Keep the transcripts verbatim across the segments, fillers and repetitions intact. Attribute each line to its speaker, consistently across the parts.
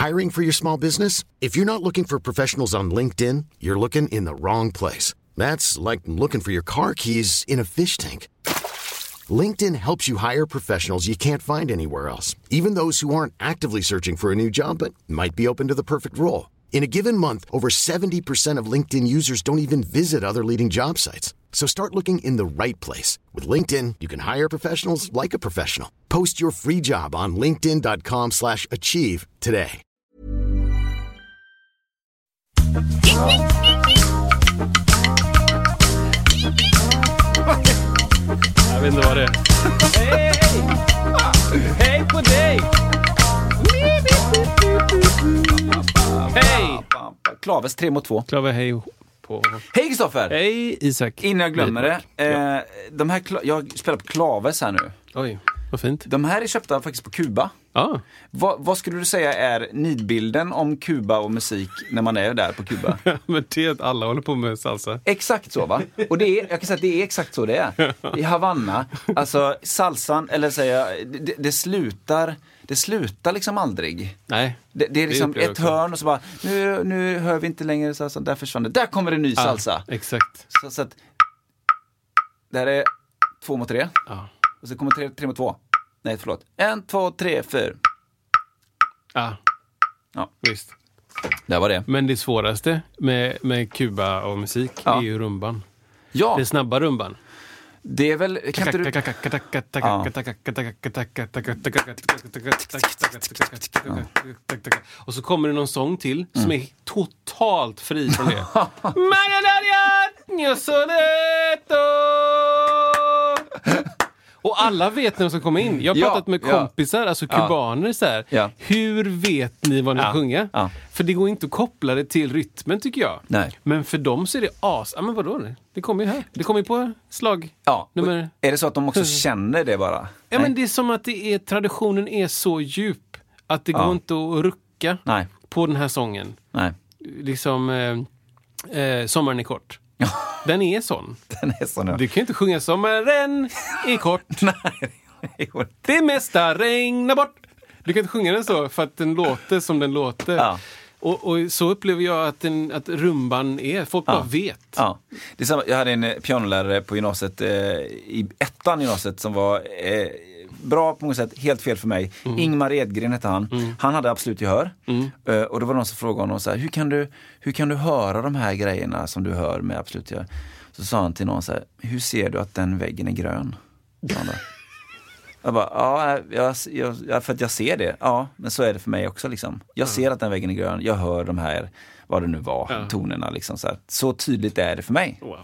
Speaker 1: Hiring for your small business? If you're not looking for professionals on LinkedIn, you're looking in the wrong place. That's like looking for your car keys in a fish tank. LinkedIn helps you hire professionals you can't find anywhere else, even those who aren't actively searching for a new job but might be open to the perfect role. In a given month, over seventy percent of LinkedIn users don't even visit other leading job sites. So start looking in the right place. With LinkedIn, you can hire professionals like a professional. Post your free job on linkedin dot com slash achieve today.
Speaker 2: Jag vet inte vad det är. Hej! Hej på dig! Hej!
Speaker 3: Klaves tre mot två.
Speaker 2: Klave, hej på...
Speaker 3: Hej Kristoffer!
Speaker 2: Hej Isak.
Speaker 3: Innan jag glömmer det.
Speaker 2: Ja.
Speaker 3: Eh, de här kla- jag spelar på Klaves här nu.
Speaker 2: Oj, vad fint.
Speaker 3: De här är köpta faktiskt på Kuba.
Speaker 2: Ja.
Speaker 3: Va, vad skulle du säga är nidbilden om Kuba och musik när man är där på Kuba?
Speaker 2: Men det är att alla håller på med salsa.
Speaker 3: Exakt så, va? Och det är, jag kan säga att det är exakt så det är. I Havanna, alltså salsan, eller säga, det, det slutar det slutar liksom aldrig.
Speaker 2: Nej.
Speaker 3: Det, det är liksom
Speaker 2: det
Speaker 3: ett hörn och så bara, nu, nu hör vi inte längre salsa, där försvann det. Där kommer det en ny salsa.
Speaker 2: Ja, exakt.
Speaker 3: Så, så att, där är två mot tre.
Speaker 2: Ja.
Speaker 3: Och så kommer tre, tre mot två. Nej, förlåt. En, två, tre, fyra.
Speaker 2: Ja.
Speaker 3: Ja.
Speaker 2: Visst.
Speaker 3: Det var det.
Speaker 2: Men det svåraste med, med Kuba och musik
Speaker 3: Ja.
Speaker 2: är ju rumban.
Speaker 3: Ja,
Speaker 2: Det är snabba rumban.
Speaker 3: det är väl, kan inte du...
Speaker 2: Och så kommer det någon sång till som är totalt fri från det. Och alla vet när de ska komma in. Jag har
Speaker 3: Ja,
Speaker 2: pratat med
Speaker 3: ja.
Speaker 2: kompisar, alltså kubaner så här.
Speaker 3: Ja.
Speaker 2: Hur vet ni vad ni
Speaker 3: Ja,
Speaker 2: sjunger?
Speaker 3: ja.
Speaker 2: För det går inte att koppla det till rytmen, tycker jag.
Speaker 3: Nej.
Speaker 2: Men för dem så är det as. Ja, men vadå? Det kommer ju här. Det kommer ju på slag.
Speaker 3: Ja,
Speaker 2: Nummer...
Speaker 3: är det så att de också känner det bara?
Speaker 2: Ja, men det är som att det är, traditionen är så djup att det
Speaker 3: Ja.
Speaker 2: går inte att rucka
Speaker 3: Nej.
Speaker 2: på den här sången.
Speaker 3: Nej.
Speaker 2: Liksom eh, eh, Sommaren är kort. Den är sån.
Speaker 3: Den är sån.
Speaker 2: Du kan ju inte sjunga Sommaren är kort.
Speaker 3: Nej.
Speaker 2: Det mesta regnar bort. Du kan inte sjunga den så för att den låter som den låter.
Speaker 3: Ja.
Speaker 2: Och, och så upplever jag att, den, att rumban är. Folk
Speaker 3: Ja.
Speaker 2: bara vet.
Speaker 3: Ja. Det är samma, jag hade en eh, pianolärare på gymnasiet, eh, i ettan gymnasiet, som var eh, bra på många sätt, helt fel för mig. Mm. Ingmar Edgren hette han. Mm. Han hade absolut gehör. Mm. Uh, och det var någon som frågade honom så här, hur kan du, hur kan du höra de här grejerna som du hör med absolut gehör? Så sa han till någon så här, hur ser du att den väggen är grön? Jag bara, ja, jag, jag, för att jag ser det. Ja, men så är det för mig också liksom. Jag ser att den väggen är grön. Jag hör de här, vad det nu var, ja. tonerna liksom så här. Så tydligt är det för mig.
Speaker 2: Wow.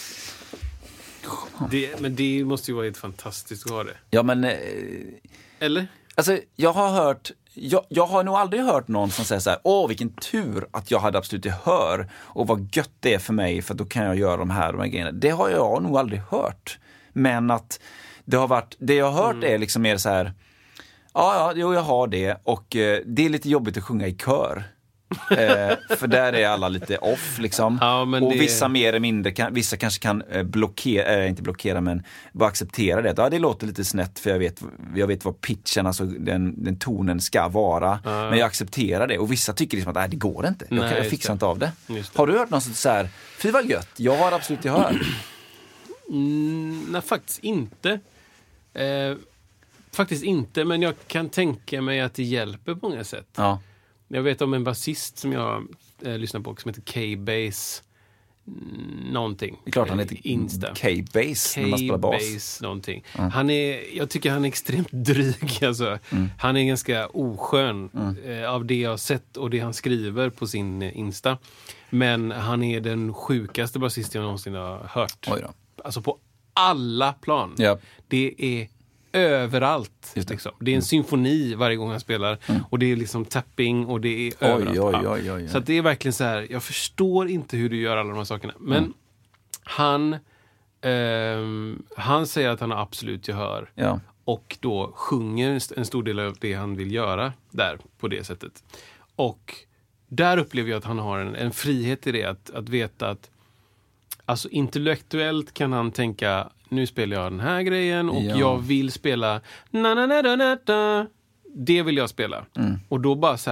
Speaker 2: Det, men det måste ju vara helt fantastiskt att ha det.
Speaker 3: Ja, men... Eh,
Speaker 2: Eller?
Speaker 3: Alltså, jag har hört... Jag, jag har nog aldrig hört någon som säger så här, åh, vilken tur att jag hade absolut gehör. Och vad gött det är för mig, för då kan jag göra de här, de här grejerna. Det har jag nog aldrig hört. Men att det har varit... Det jag har hört mm. är liksom mer så här... Ja, ja, jo, jag har det. Och eh, det är lite jobbigt att sjunga i kör. eh, för där är alla lite off liksom. Ja, och det... vissa mer eller mindre kan, vissa kanske kan eh, blockera, äh, inte blockera men bara acceptera det. Ja, det låter lite snett för jag vet, jag vet vad pitchen, alltså den, den tonen ska vara. Ja. Men jag accepterar det. Och vissa tycker liksom att nej, det går inte. Jag, Nej, jag fixar inte av det. det. Har du hört något sånt så här, fy vad gött, jag har absolut gehör.
Speaker 2: mm, nej, faktiskt inte. Eh, faktiskt inte, men jag kan tänka mig att det hjälper på många sätt. Ja. Jag vet om en basist som jag eh, lyssnar på som heter K-Bass någonting.
Speaker 3: Det är klart han heter
Speaker 2: Insta.
Speaker 3: K-Bass när man spelar bas.
Speaker 2: K-Bass någonting. Mm. Han är, jag tycker han är extremt dryg. Alltså. Mm. Han är ganska oskön mm. eh, av det jag har sett och det han skriver på sin eh, Insta. Men han är den sjukaste basist jag någonsin har hört.
Speaker 3: Oj då.
Speaker 2: Alltså på alla plan.
Speaker 3: Yep.
Speaker 2: Det är överallt.
Speaker 3: Det.
Speaker 2: Liksom. Det är en mm. symfoni varje gång han spelar. Mm. Och det är liksom tapping och det är
Speaker 3: oj,
Speaker 2: överallt.
Speaker 3: Oj, oj, oj, oj.
Speaker 2: Så att det är verkligen så här, jag förstår inte hur du gör alla de här sakerna. Men mm. han eh, han säger att han har absolut gehör.
Speaker 3: Ja.
Speaker 2: Och då sjunger en stor del av det han vill göra där på det sättet. Och där upplever jag att han har en, en frihet i det. Att, att veta att alltså intellektuellt kan han tänka, nu spelar jag den här grejen och ja. jag vill spela na na na na na. Det vill jag spela. Mm. Och då bara så här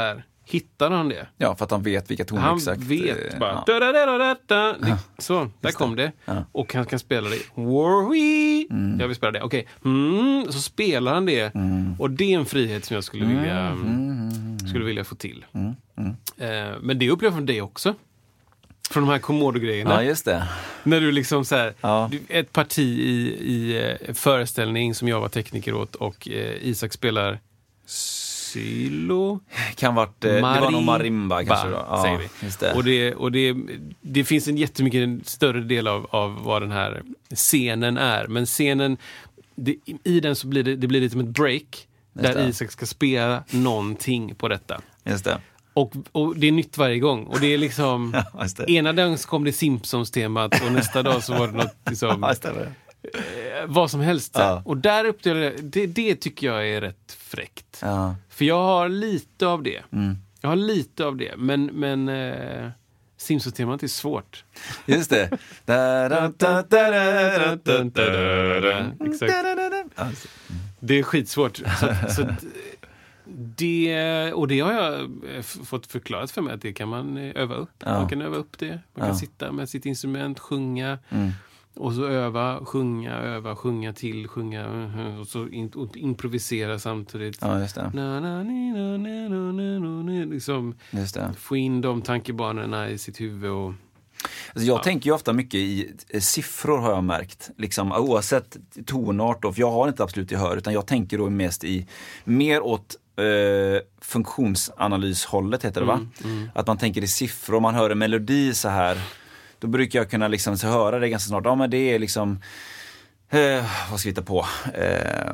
Speaker 2: hittar han det.
Speaker 3: Ja, för att han vet vilka toner
Speaker 2: Han
Speaker 3: exakt.
Speaker 2: vet bara.
Speaker 3: Ja.
Speaker 2: Da, da, da, da, da. Ja. Så, där kom det.
Speaker 3: Ja.
Speaker 2: Och han kan spela det. Warwee. Mm. Jag vill spela det. Okej. Okay. Mm. Så spelar han det. Mm. Och det är en frihet som jag skulle vilja, mm. Mm. Skulle vilja få till. Mm. Mm. Eh, men det upplever jag från dig också. Från de här Komodo-grejerna.
Speaker 3: Ja, just det.
Speaker 2: När du liksom så här,
Speaker 3: ja.
Speaker 2: ett parti i, i föreställning som jag var tekniker åt och eh, Isak spelar Sylo.
Speaker 3: Kan varit, eh, det var nog marimba kanske då. Ja,
Speaker 2: säger vi.
Speaker 3: Just det.
Speaker 2: Och, det, och det, det finns en jättemycket större del av, av vad den här scenen är. Men scenen, det, i den så blir det, det blir lite som ett break. Just där det. Isak ska spela någonting på detta.
Speaker 3: Just det.
Speaker 2: Och, och det är nytt varje gång. Och det är liksom... Ja, det. Ena dagen så kom det Simpsons-temat och nästa dag så var det något liksom... Ja, det. Eh, vad som helst. Ja. Och där uppdelade det, det tycker jag är rätt fräckt.
Speaker 3: Ja.
Speaker 2: För jag har lite av det.
Speaker 3: Mm.
Speaker 2: Jag har lite av det. Men, men eh, Simpsons-temat är svårt.
Speaker 3: Just det.
Speaker 2: Exakt. Det är skitsvårt. Så, så det, och det har jag fått förklarat för mig att det kan man öva upp. Ja. Man kan öva upp det. Man kan ja. sitta med sitt instrument, sjunga mm. och så öva, sjunga, öva, sjunga till, sjunga och så in, och improvisera samtidigt.
Speaker 3: Ja, just det.
Speaker 2: Na, na, ni, na, na, na, na, na, liksom
Speaker 3: just det.
Speaker 2: Få in de tankebanorna i sitt huvud och
Speaker 3: alltså jag ja. tänker ju ofta mycket i siffror har jag märkt. Liksom, oavsett tonart, och för jag har inte absolut gehör, utan jag tänker då mest i mer åt eh, funktionsanalyshållet heter det va? Mm, mm. Att man tänker i siffror, man hör en melodi så här. Då brukar jag kunna liksom så höra det ganska snart. Ja men det är liksom eh, vad ska vi hitta på? Eh,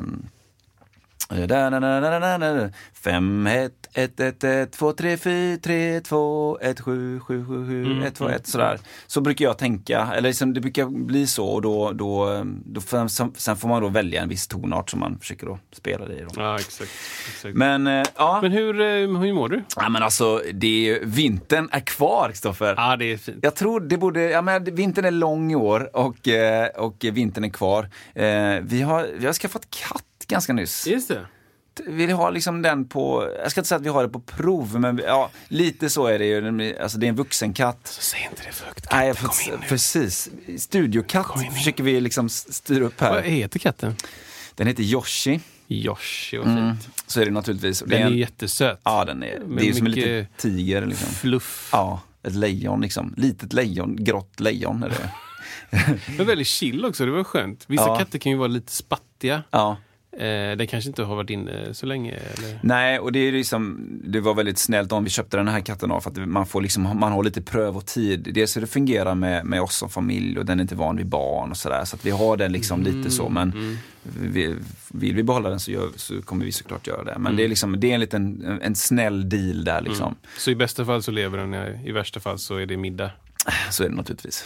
Speaker 3: fem, ett, ett, ett, ett, två, tre, fyra, tre, två, ett, sju, sju, sju, sju, ett, två, ett, sådär. Så brukar jag tänka, eller liksom det brukar bli så, och då, då, då sen får man då välja en viss tonart som man försöker då spela det i då.
Speaker 2: Ja, exakt. exakt.
Speaker 3: Men, ja.
Speaker 2: Men hur, hur mår du?
Speaker 3: Ja, men alltså, det är, vintern är kvar, Kristoffer.
Speaker 2: Ja, det är fint.
Speaker 3: Jag tror det borde, ja men vintern är lång i år, och, och vintern är kvar. Vi har, vi har skaffat katt ganska nyss.
Speaker 2: Just det.
Speaker 3: Vi har liksom den på, jag ska inte säga att vi har det på prov, men ja, lite så är det ju. Alltså det är en vuxenkatt.
Speaker 2: Så säg inte det för högt.
Speaker 3: Nej, för, precis. Studiokatt försöker vi liksom styra upp här.
Speaker 2: Vad heter katten?
Speaker 3: Den heter Yoshi.
Speaker 2: Yoshi, vad fint.
Speaker 3: Mm, så är det naturligtvis.
Speaker 2: Den är, en, är jättesöt.
Speaker 3: Ja, den är, det är ju som en liten tiger. Liksom.
Speaker 2: Fluff.
Speaker 3: Ja, ett lejon liksom. Litet lejon, grått lejon är det.
Speaker 2: Men väldigt chill också, det var skönt. Vissa ja. katter kan ju vara lite spattiga.
Speaker 3: Ja.
Speaker 2: Eh, det kanske inte har varit inne så länge eller?
Speaker 3: Nej, och det är liksom, det var väldigt snällt om vi köpte den här katten av, för att man får liksom, man har lite prövotid. Det så det fungerar med, med oss som familj, och den är inte van vid barn och sådär, så att vi har den liksom mm, lite så, men mm. vi, vill vi behålla den så, gör, så kommer vi såklart göra det. Men mm. det är liksom, det är en liten en, en snäll deal där liksom. Mm.
Speaker 2: Så i bästa fall så lever den, i värsta fall så är det middag.
Speaker 3: Så är det naturligtvis.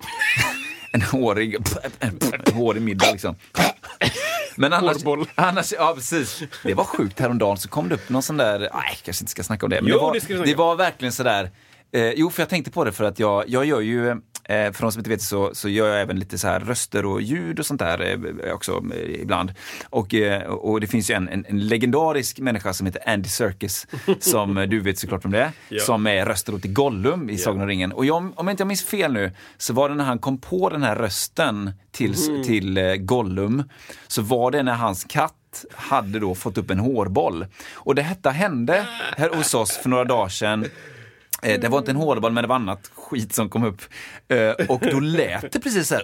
Speaker 3: En hårig en, en hårig middag liksom. Men annars, annars, ja precis. Det var sjukt häromdagen, så kom det upp någon sån där, nej, kanske inte ska snacka om det, men jo, det, var, det, det var verkligen sådär, eh, jo för jag tänkte på det för att jag, jag gör ju, eh, för de som inte vet så, så gör jag även lite så här röster och ljud och sånt där eh, också eh, ibland. Och, eh, och det finns ju en, en, en legendarisk människa som heter Andy Serkis, som du vet såklart om det är, ja. Som är röster åt Gollum i Sagan om ringen. Och jag, om inte jag minns fel nu, så var det när han kom på den här rösten till, mm. till eh, Gollum, så var det när hans katt hade då fått upp en hårboll. Och det här hände här hos oss för några dagar sedan. Det var inte en hårboll, men det var annat skit som kom upp. Och då lät det precis så här.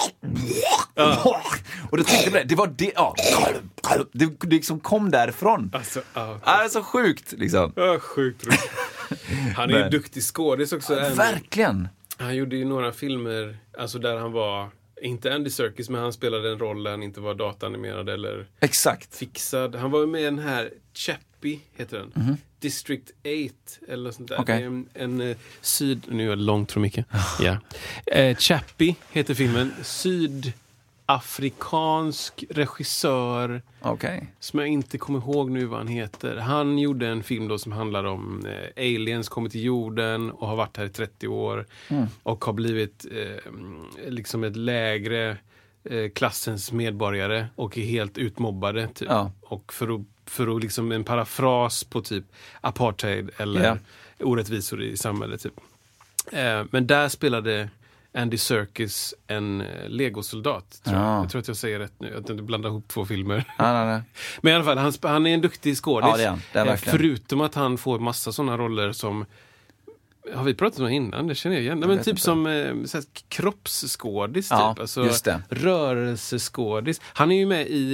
Speaker 3: Och då tänkte jag på det. Det var det, ja. Det, det liksom kom därifrån. Alltså, oh, det är så sjukt liksom.
Speaker 2: Ja, sjukt roligt. Han är ju duktig skådis också.
Speaker 3: Ja, verkligen.
Speaker 2: Han gjorde ju några filmer, alltså där han var, inte Andy Serkis, men han spelade en roll där han inte var dataanimerad eller
Speaker 3: exakt
Speaker 2: fixad. Han var med i den här Chappie, heter den. Mm-hmm. District åtta eller sånt där.
Speaker 3: Okay.
Speaker 2: Det är en, en uh, syd... Nu är det långt från mycket. Ja. Uh, Chappie heter filmen. Sydafrikansk regissör.
Speaker 3: Okay.
Speaker 2: Som jag inte kommer ihåg nu vad han heter. Han gjorde en film då som handlar om uh, aliens kommer till jorden och har varit här i trettio år. Mm. Och har blivit uh, liksom ett lägre eh, klassens medborgare och är helt utmobbade. Typ.
Speaker 3: Ja.
Speaker 2: Och för att, för att liksom en parafras på typ apartheid eller
Speaker 3: Ja.
Speaker 2: orättvisor i samhället. Typ. Eh, men där spelade Andy Serkis en eh, legosoldat. Tror jag.
Speaker 3: Ja.
Speaker 2: jag tror att jag säger rätt nu. Jag inte blandar ihop två filmer.
Speaker 3: Ja, nej, nej.
Speaker 2: Men i alla fall, han, sp- han är en duktig skådis.
Speaker 3: Ja, det är han. Det är
Speaker 2: Eh,
Speaker 3: verkligen.
Speaker 2: Förutom att han får massa sådana roller som... Har vi pratat om det innan? Det känner jag igen. Nej, men
Speaker 3: vet
Speaker 2: typ
Speaker 3: inte.
Speaker 2: som eh, såhär, kroppsskådis.
Speaker 3: Ja,
Speaker 2: typ. Alltså,
Speaker 3: just det.
Speaker 2: rörelseskådis. Han är ju med i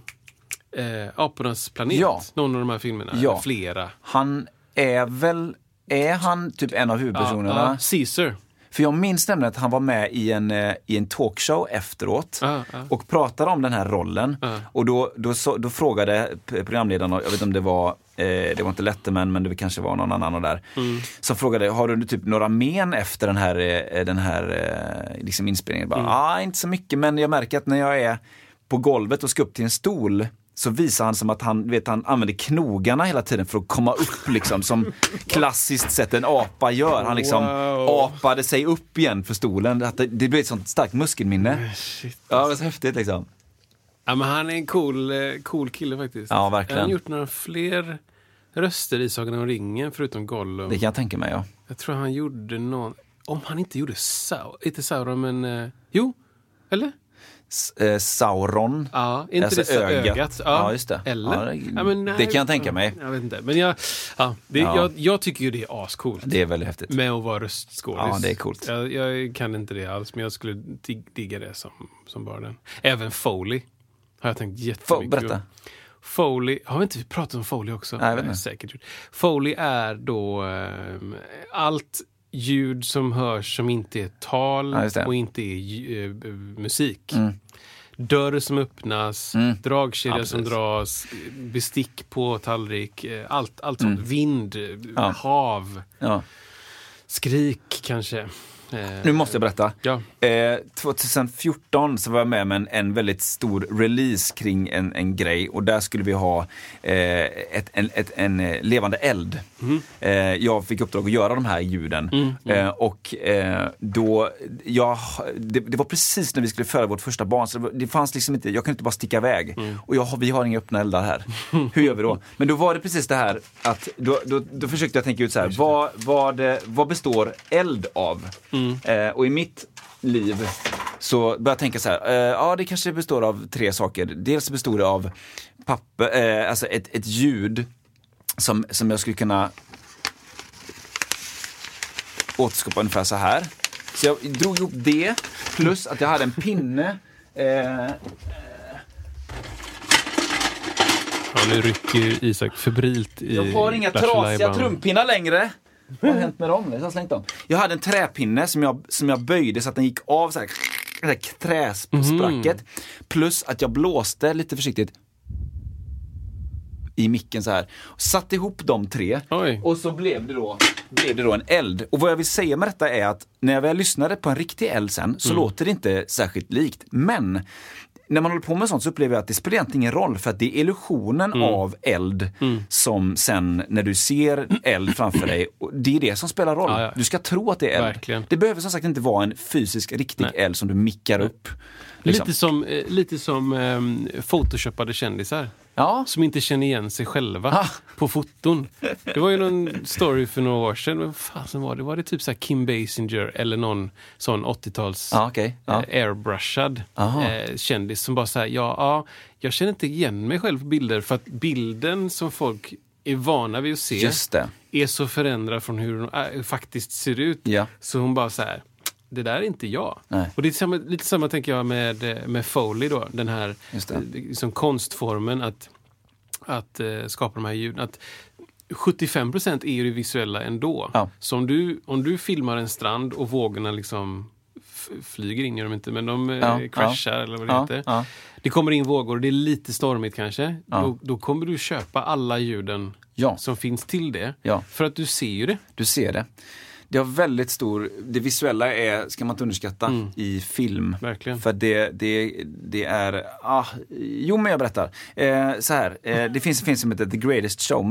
Speaker 2: eh, eh, Apornas planet.
Speaker 3: Ja.
Speaker 2: Någon av de här filmerna.
Speaker 3: Ja.
Speaker 2: Eller flera.
Speaker 3: Han är väl, är han typ en av huvudpersonerna?
Speaker 2: Ja, Caesar.
Speaker 3: För jag minns nämligen att han var med i en, eh, i en talkshow efteråt
Speaker 2: Ja, ja.
Speaker 3: och pratade om den här rollen.
Speaker 2: Ja.
Speaker 3: Och då, då, så, då frågade p- programledaren, jag vet inte om det var, eh, det var inte Letterman, men det kanske var någon annan där.
Speaker 2: Mm.
Speaker 3: Som frågade, har du typ några men efter den här, eh, den här eh, liksom inspelningen? Ja,
Speaker 2: Mm.
Speaker 3: ah, inte så mycket, men jag märker att när jag är på golvet och ska upp till en stol så visar han som att han, vet, han använder knogarna hela tiden för att komma upp liksom, som klassiskt sett en apa gör. Han liksom
Speaker 2: Wow.
Speaker 3: apade sig upp igen för stolen. Att det, det blev ett sånt starkt muskelminne.
Speaker 2: Shit.
Speaker 3: Ja, det var så häftigt liksom.
Speaker 2: Ja, men han är en cool, eh, cool kille faktiskt.
Speaker 3: Ja, verkligen.
Speaker 2: Han har gjort några fler röster i Sagan om ringen förutom Gollum.
Speaker 3: Det kan jag tänka mig, ja.
Speaker 2: Jag tror han gjorde någon... Om han inte gjorde Sauron... Inte Sauron, men... Eh, jo, eller?
Speaker 3: S- eh, Sauron.
Speaker 2: Ja, inte
Speaker 3: Alltså
Speaker 2: det så
Speaker 3: ögat.
Speaker 2: ögat.
Speaker 3: Ja, just det.
Speaker 2: Eller?
Speaker 3: Ja, det-
Speaker 2: Ja, men nej,
Speaker 3: det kan jag tänka mig.
Speaker 2: Jag vet inte. Men jag, ja, det,
Speaker 3: Ja.
Speaker 2: Jag, jag tycker ju det är ascoolt.
Speaker 3: Det är väldigt häftigt.
Speaker 2: Med att vara röstskådis.
Speaker 3: Ja, det är coolt.
Speaker 2: Jag, jag kan inte det alls, men jag skulle dig- digga det som, som bara den. Även Foley har jag tänkt jättemycket
Speaker 3: Få- berätta.
Speaker 2: på. Foley, har vi inte pratat om Foley också?
Speaker 3: Nej, jag vet inte.
Speaker 2: Säkert gjort. Foley är då um, allt ljud som hörs som inte är tal
Speaker 3: Ja, just det.
Speaker 2: och inte är ju- eh, musik.
Speaker 3: Mm.
Speaker 2: Dörr som öppnas,
Speaker 3: Mm.
Speaker 2: dragkedja
Speaker 3: Ja,
Speaker 2: som
Speaker 3: precis.
Speaker 2: dras, bestick på tallrik, eh, allt, allt sånt. Vind, eh,
Speaker 3: Ja.
Speaker 2: hav,
Speaker 3: Ja.
Speaker 2: skrik kanske. Eh,
Speaker 3: Nu måste jag berätta.
Speaker 2: Ja.
Speaker 3: Eh, tjugohundrafjorton så var jag med med en, en väldigt stor release kring en, en grej och där skulle vi ha eh, ett, en, ett, en eh, levande eld.
Speaker 2: Mm.
Speaker 3: Eh, jag fick uppdrag att göra de här ljuden
Speaker 2: Mm, mm.
Speaker 3: Eh, och eh, då, jag, det, det var precis när vi skulle föra vårt första barn så det, var, det fanns liksom inte, jag kunde inte bara sticka iväg
Speaker 2: Mm.
Speaker 3: och jag, vi har inga öppna eldar här. Hur gör vi då? Men då var det precis det här att då, då, då försökte jag tänka ut så här, vad, vad, det, vad består eld av?
Speaker 2: Mm.
Speaker 3: Eh, och i mitt liv så började jag tänka så här, eh, ja det kanske består av tre saker. Dels består det av papper, eh, alltså ett, ett ljud som, som jag skulle kunna återskapa ungefär så här. Så jag drog ihop det plus att jag hade en pinne. Eh,
Speaker 2: Ja, nu rycker Isak febrilt i
Speaker 3: jag har inga
Speaker 2: Lattjo
Speaker 3: trasiga
Speaker 2: Lajban.
Speaker 3: trumpinnar längre. Vad har hänt med dem? Jag har slängt dem. Jag hade en träpinne som jag, som jag böjde så att den gick av så här, så här träspracket. Plus att jag blåste lite försiktigt i micken så här. Satte ihop de tre.
Speaker 2: Oj.
Speaker 3: Och så blev det då blev det då en eld. Och vad jag vill säga med detta är att när jag väl lyssnade på en riktig eld sen så
Speaker 2: Mm.
Speaker 3: låter det inte särskilt likt. Men när man håller på med sånt så upplever jag att det spelar egentligen ingen roll för att det är illusionen
Speaker 2: Mm.
Speaker 3: av eld som sen när du ser eld framför dig, och det är det som spelar roll.
Speaker 2: Ja, ja.
Speaker 3: Du ska tro att det är eld.
Speaker 2: Verkligen.
Speaker 3: Det behöver som sagt inte vara en fysisk riktig
Speaker 2: Nej.
Speaker 3: eld som du mickar upp. Liksom.
Speaker 2: Lite som, eh, lite som eh, photoshoppade kändisar.
Speaker 3: Ja.
Speaker 2: Som inte känner igen sig själva
Speaker 3: Ah.
Speaker 2: på foton. Det var ju någon story för några år sedan. Men vad fasen var det? Var det typ så här Kim Basinger eller någon sån åttio-tals
Speaker 3: Ja, okej. Ja.
Speaker 2: eh, airbrushad
Speaker 3: Aha.
Speaker 2: eh, kändis som bara säger ja, ja, jag känner inte igen mig själv på bilder för att bilden som folk är vana vid att se
Speaker 3: Just det.
Speaker 2: är så förändrad från hur de äh, faktiskt ser ut.
Speaker 3: Ja.
Speaker 2: Så hon bara så här, det där är inte jag.
Speaker 3: Nej.
Speaker 2: Och det är samma, lite samma tänker jag med, med Foley då. Den här
Speaker 3: Just det.
Speaker 2: eh, liksom konstformen att, att eh, skapa de här ljuden. Att sjuttiofem procent är ju det visuella ändå.
Speaker 3: Ja.
Speaker 2: Så om du, om du filmar en strand och vågorna liksom f- flyger in, gör de inte, men de eh,
Speaker 3: Ja,
Speaker 2: crashar
Speaker 3: ja.
Speaker 2: eller vad det
Speaker 3: Ja,
Speaker 2: heter.
Speaker 3: ja.
Speaker 2: Det kommer in vågor och det är lite stormigt kanske.
Speaker 3: Ja.
Speaker 2: Då, då kommer du köpa alla ljuden
Speaker 3: Ja.
Speaker 2: som finns till det.
Speaker 3: Ja.
Speaker 2: För att du ser ju det.
Speaker 3: Du ser det. Det har väldigt stor, det visuella är, ska man inte underskatta
Speaker 2: Mm.
Speaker 3: i film.
Speaker 2: Verkligen.
Speaker 3: För det, det, det är, ah, jo men jag berättar. Eh, så här, eh, det finns en film som heter The Greatest Showman.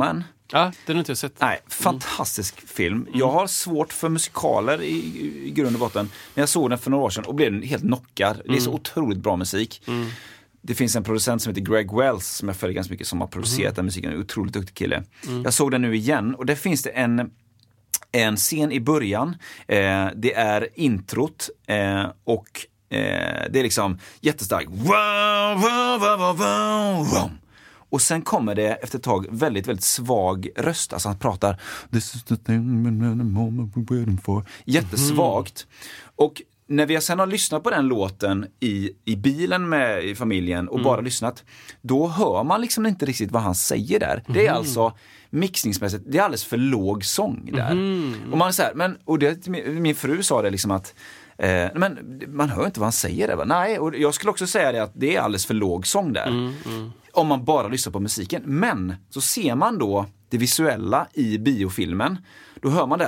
Speaker 2: Ja, den har inte jag sett.
Speaker 3: Nej, fantastisk mm. film. Jag har svårt för musikaler i, i grund och botten. Men jag såg den för några år sedan och blev helt knockad. Mm. Det är så otroligt bra musik. Mm. Det finns en producent som heter Greg Wells som jag följer ganska mycket, som har producerat mm. den musiken. En otroligt duktig kille. Mm. Jag såg den nu igen och där finns det en, en scen i början. Eh, det är introt eh, och eh, det är liksom jättestarkt. Wow, wow, wow, wow, wow. Och sen kommer det efter ett tag väldigt, väldigt svag röst. Alltså han pratar This is the thing, the moment we're waiting for. Jättesvagt. Mm. Och när vi sen har lyssnat på den låten i, i bilen med i familjen och mm. bara lyssnat, då hör man liksom inte riktigt vad han säger där. Mm. Det är alltså mixningsmässigt, det är alldeles för låg sång där. Mm. Och man är så här, men, och det, min fru sa det liksom att Eh, men man hör inte vad han säger där, va? Nej, och jag skulle också säga det att det är alldeles för låg sång där. Mm, mm. Om man bara lyssnar på musiken. Men så ser man då det visuella i biofilmen. Då hör man där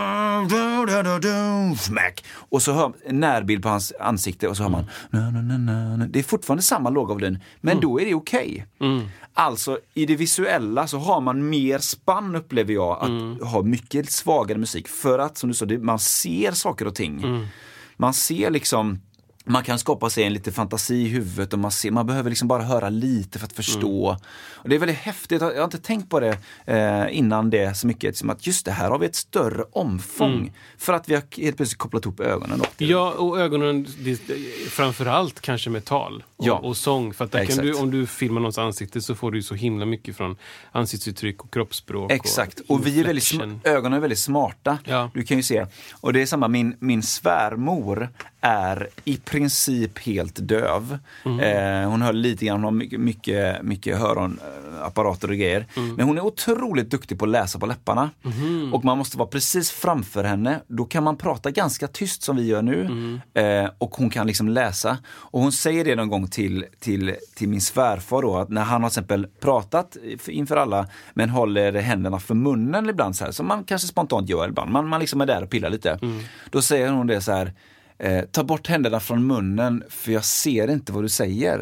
Speaker 3: smack. Och så hör en närbild på hans ansikte och så hör man na, na, na, na. Det är fortfarande samma lågavlön, men mm. då är det okej. Okay. Mm. Alltså i det visuella så har man mer spann, upplever jag, att mm. ha mycket svagare musik. För att, som du sa, det, man ser saker och ting. Mm. Man ser liksom, man kan skapa sig en lite fantasi i huvudet och man, ser, man behöver liksom bara höra lite för att förstå. Mm. Och det är väldigt häftigt, jag har inte tänkt på det eh, innan det så mycket, som att just det här har vi ett större omfång mm. för att vi har helt plötsligt kopplat ihop ögonen. Då.
Speaker 2: Ja, och ögonen det, framförallt kanske med tal och, ja. och sång. För att där kan du, om du filmar någons ansikte så får du så himla mycket från ansiktsuttryck och kroppsspråk.
Speaker 3: Exakt, och, och vi är väldigt, ögonen är väldigt smarta. Ja. Du kan ju se, och det är samma, min, min svärmor är i princip helt döv. Mm. Eh, hon hör lite grann, hon har mycket, mycket, mycket höronapparater och grejer. Mm. Men hon är otroligt duktig på att läsa på läpparna. Mm. Och man måste vara precis framför henne. Då kan man prata ganska tyst som vi gör nu. Mm. Eh, och hon kan liksom läsa. Och hon säger det någon gång till, till, till min svärfar då, att när han har till exempel pratat inför alla, men håller händerna för munnen ibland så här, som man kanske spontant gör ibland. Man, man liksom är där och pillar lite. Mm. Då säger hon det så här: Eh, ta bort händerna från munnen för jag ser inte vad du säger.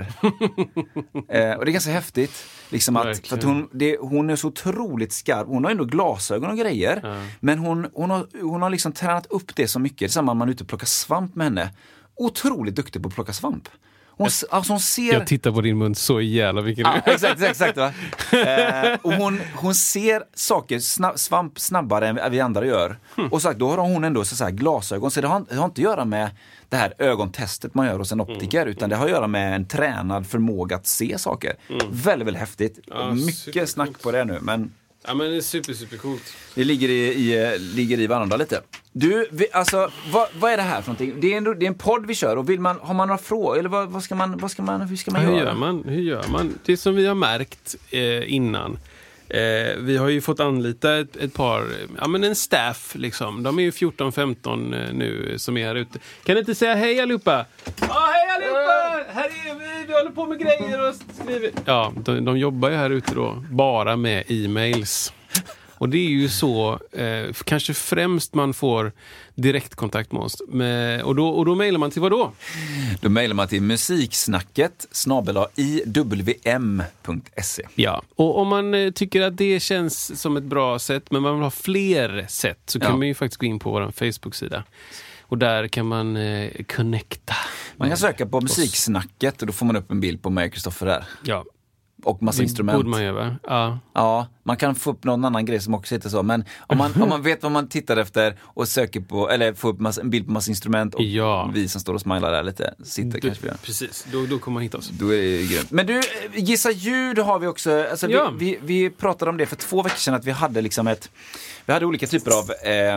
Speaker 3: eh, och det är ganska häftigt liksom att, för att hon, det, hon är så otroligt skarp. Hon har ändå glasögon och grejer, ja. Men hon, hon, har, hon har liksom tränat upp det så mycket. Det är samma när man är ute och plockar svamp med henne. Otroligt duktig på att plocka svamp. Hon,
Speaker 2: jag,
Speaker 3: alltså hon ser...
Speaker 2: jag tittar på din mun så jävla mycket.
Speaker 3: Ja, exakt, exakt va? eh, och hon, hon ser saker snabb, svamp snabbare än vi andra gör. Hmm. Och så, då har hon ändå så, så här, glasögon. Så det har, det har inte att göra med det här ögontestet man gör hos en optiker. Mm. Utan det har att göra med en tränad förmåga att se saker. Mm. Väldigt, väldigt häftigt. Ja, mycket snack på det nu. Men...
Speaker 2: ja, men det är super, super coolt.
Speaker 3: Det ligger i, i, ligger i varandra lite. Du, vi, alltså, vad, vad är det här för någonting? Det är en, det är en podd vi kör och vill man, har man några frågor? Eller vad, vad ska man, vad ska man, hur ska man
Speaker 2: ja,
Speaker 3: göra?
Speaker 2: Hur gör man? Hur gör man? Det som vi har märkt eh, innan. Eh, vi har ju fått anlita ett, ett par, ja men en staff liksom. De är ju fjorton femton eh, nu som är här ute. Kan ni inte säga hej allihopa? Ja, hej allihopa! Här är vi, vi håller på med grejer och skriver. Ja, de, de jobbar ju här ute då bara med e-mails. Och det är ju så, eh, kanske främst man får direktkontakt med oss. Med, och, då, och då mejlar man till vad då?
Speaker 3: Då mejlar man till musiksnacket snabel-a i w m punkt se.
Speaker 2: Ja, och om man eh, tycker att det känns som ett bra sätt, men man vill ha fler sätt, så kan ja. man ju faktiskt gå in på vår Facebook-sida. Och där kan man eh, connecta.
Speaker 3: Man kan söka på musiksnacket och då får man upp en bild på mig och Kristoffer där.
Speaker 2: Ja.
Speaker 3: Och massa det instrument.
Speaker 2: Borde man göra, ja.
Speaker 3: Ja, man kan få upp någon annan grej som också heter så. Men om man, om man vet vad man tittar efter och söker på, eller får upp massa, en bild på massa instrument och ja. vi som står och smilar där lite sitter du, kanske vi gör.
Speaker 2: Precis, då, då kommer man hitta oss.
Speaker 3: Då är det grymt. Men du, gissa ljud har vi också. Alltså ja. vi, vi, vi pratade om det för två veckor sedan att vi hade liksom ett, vi hade olika typer av eh,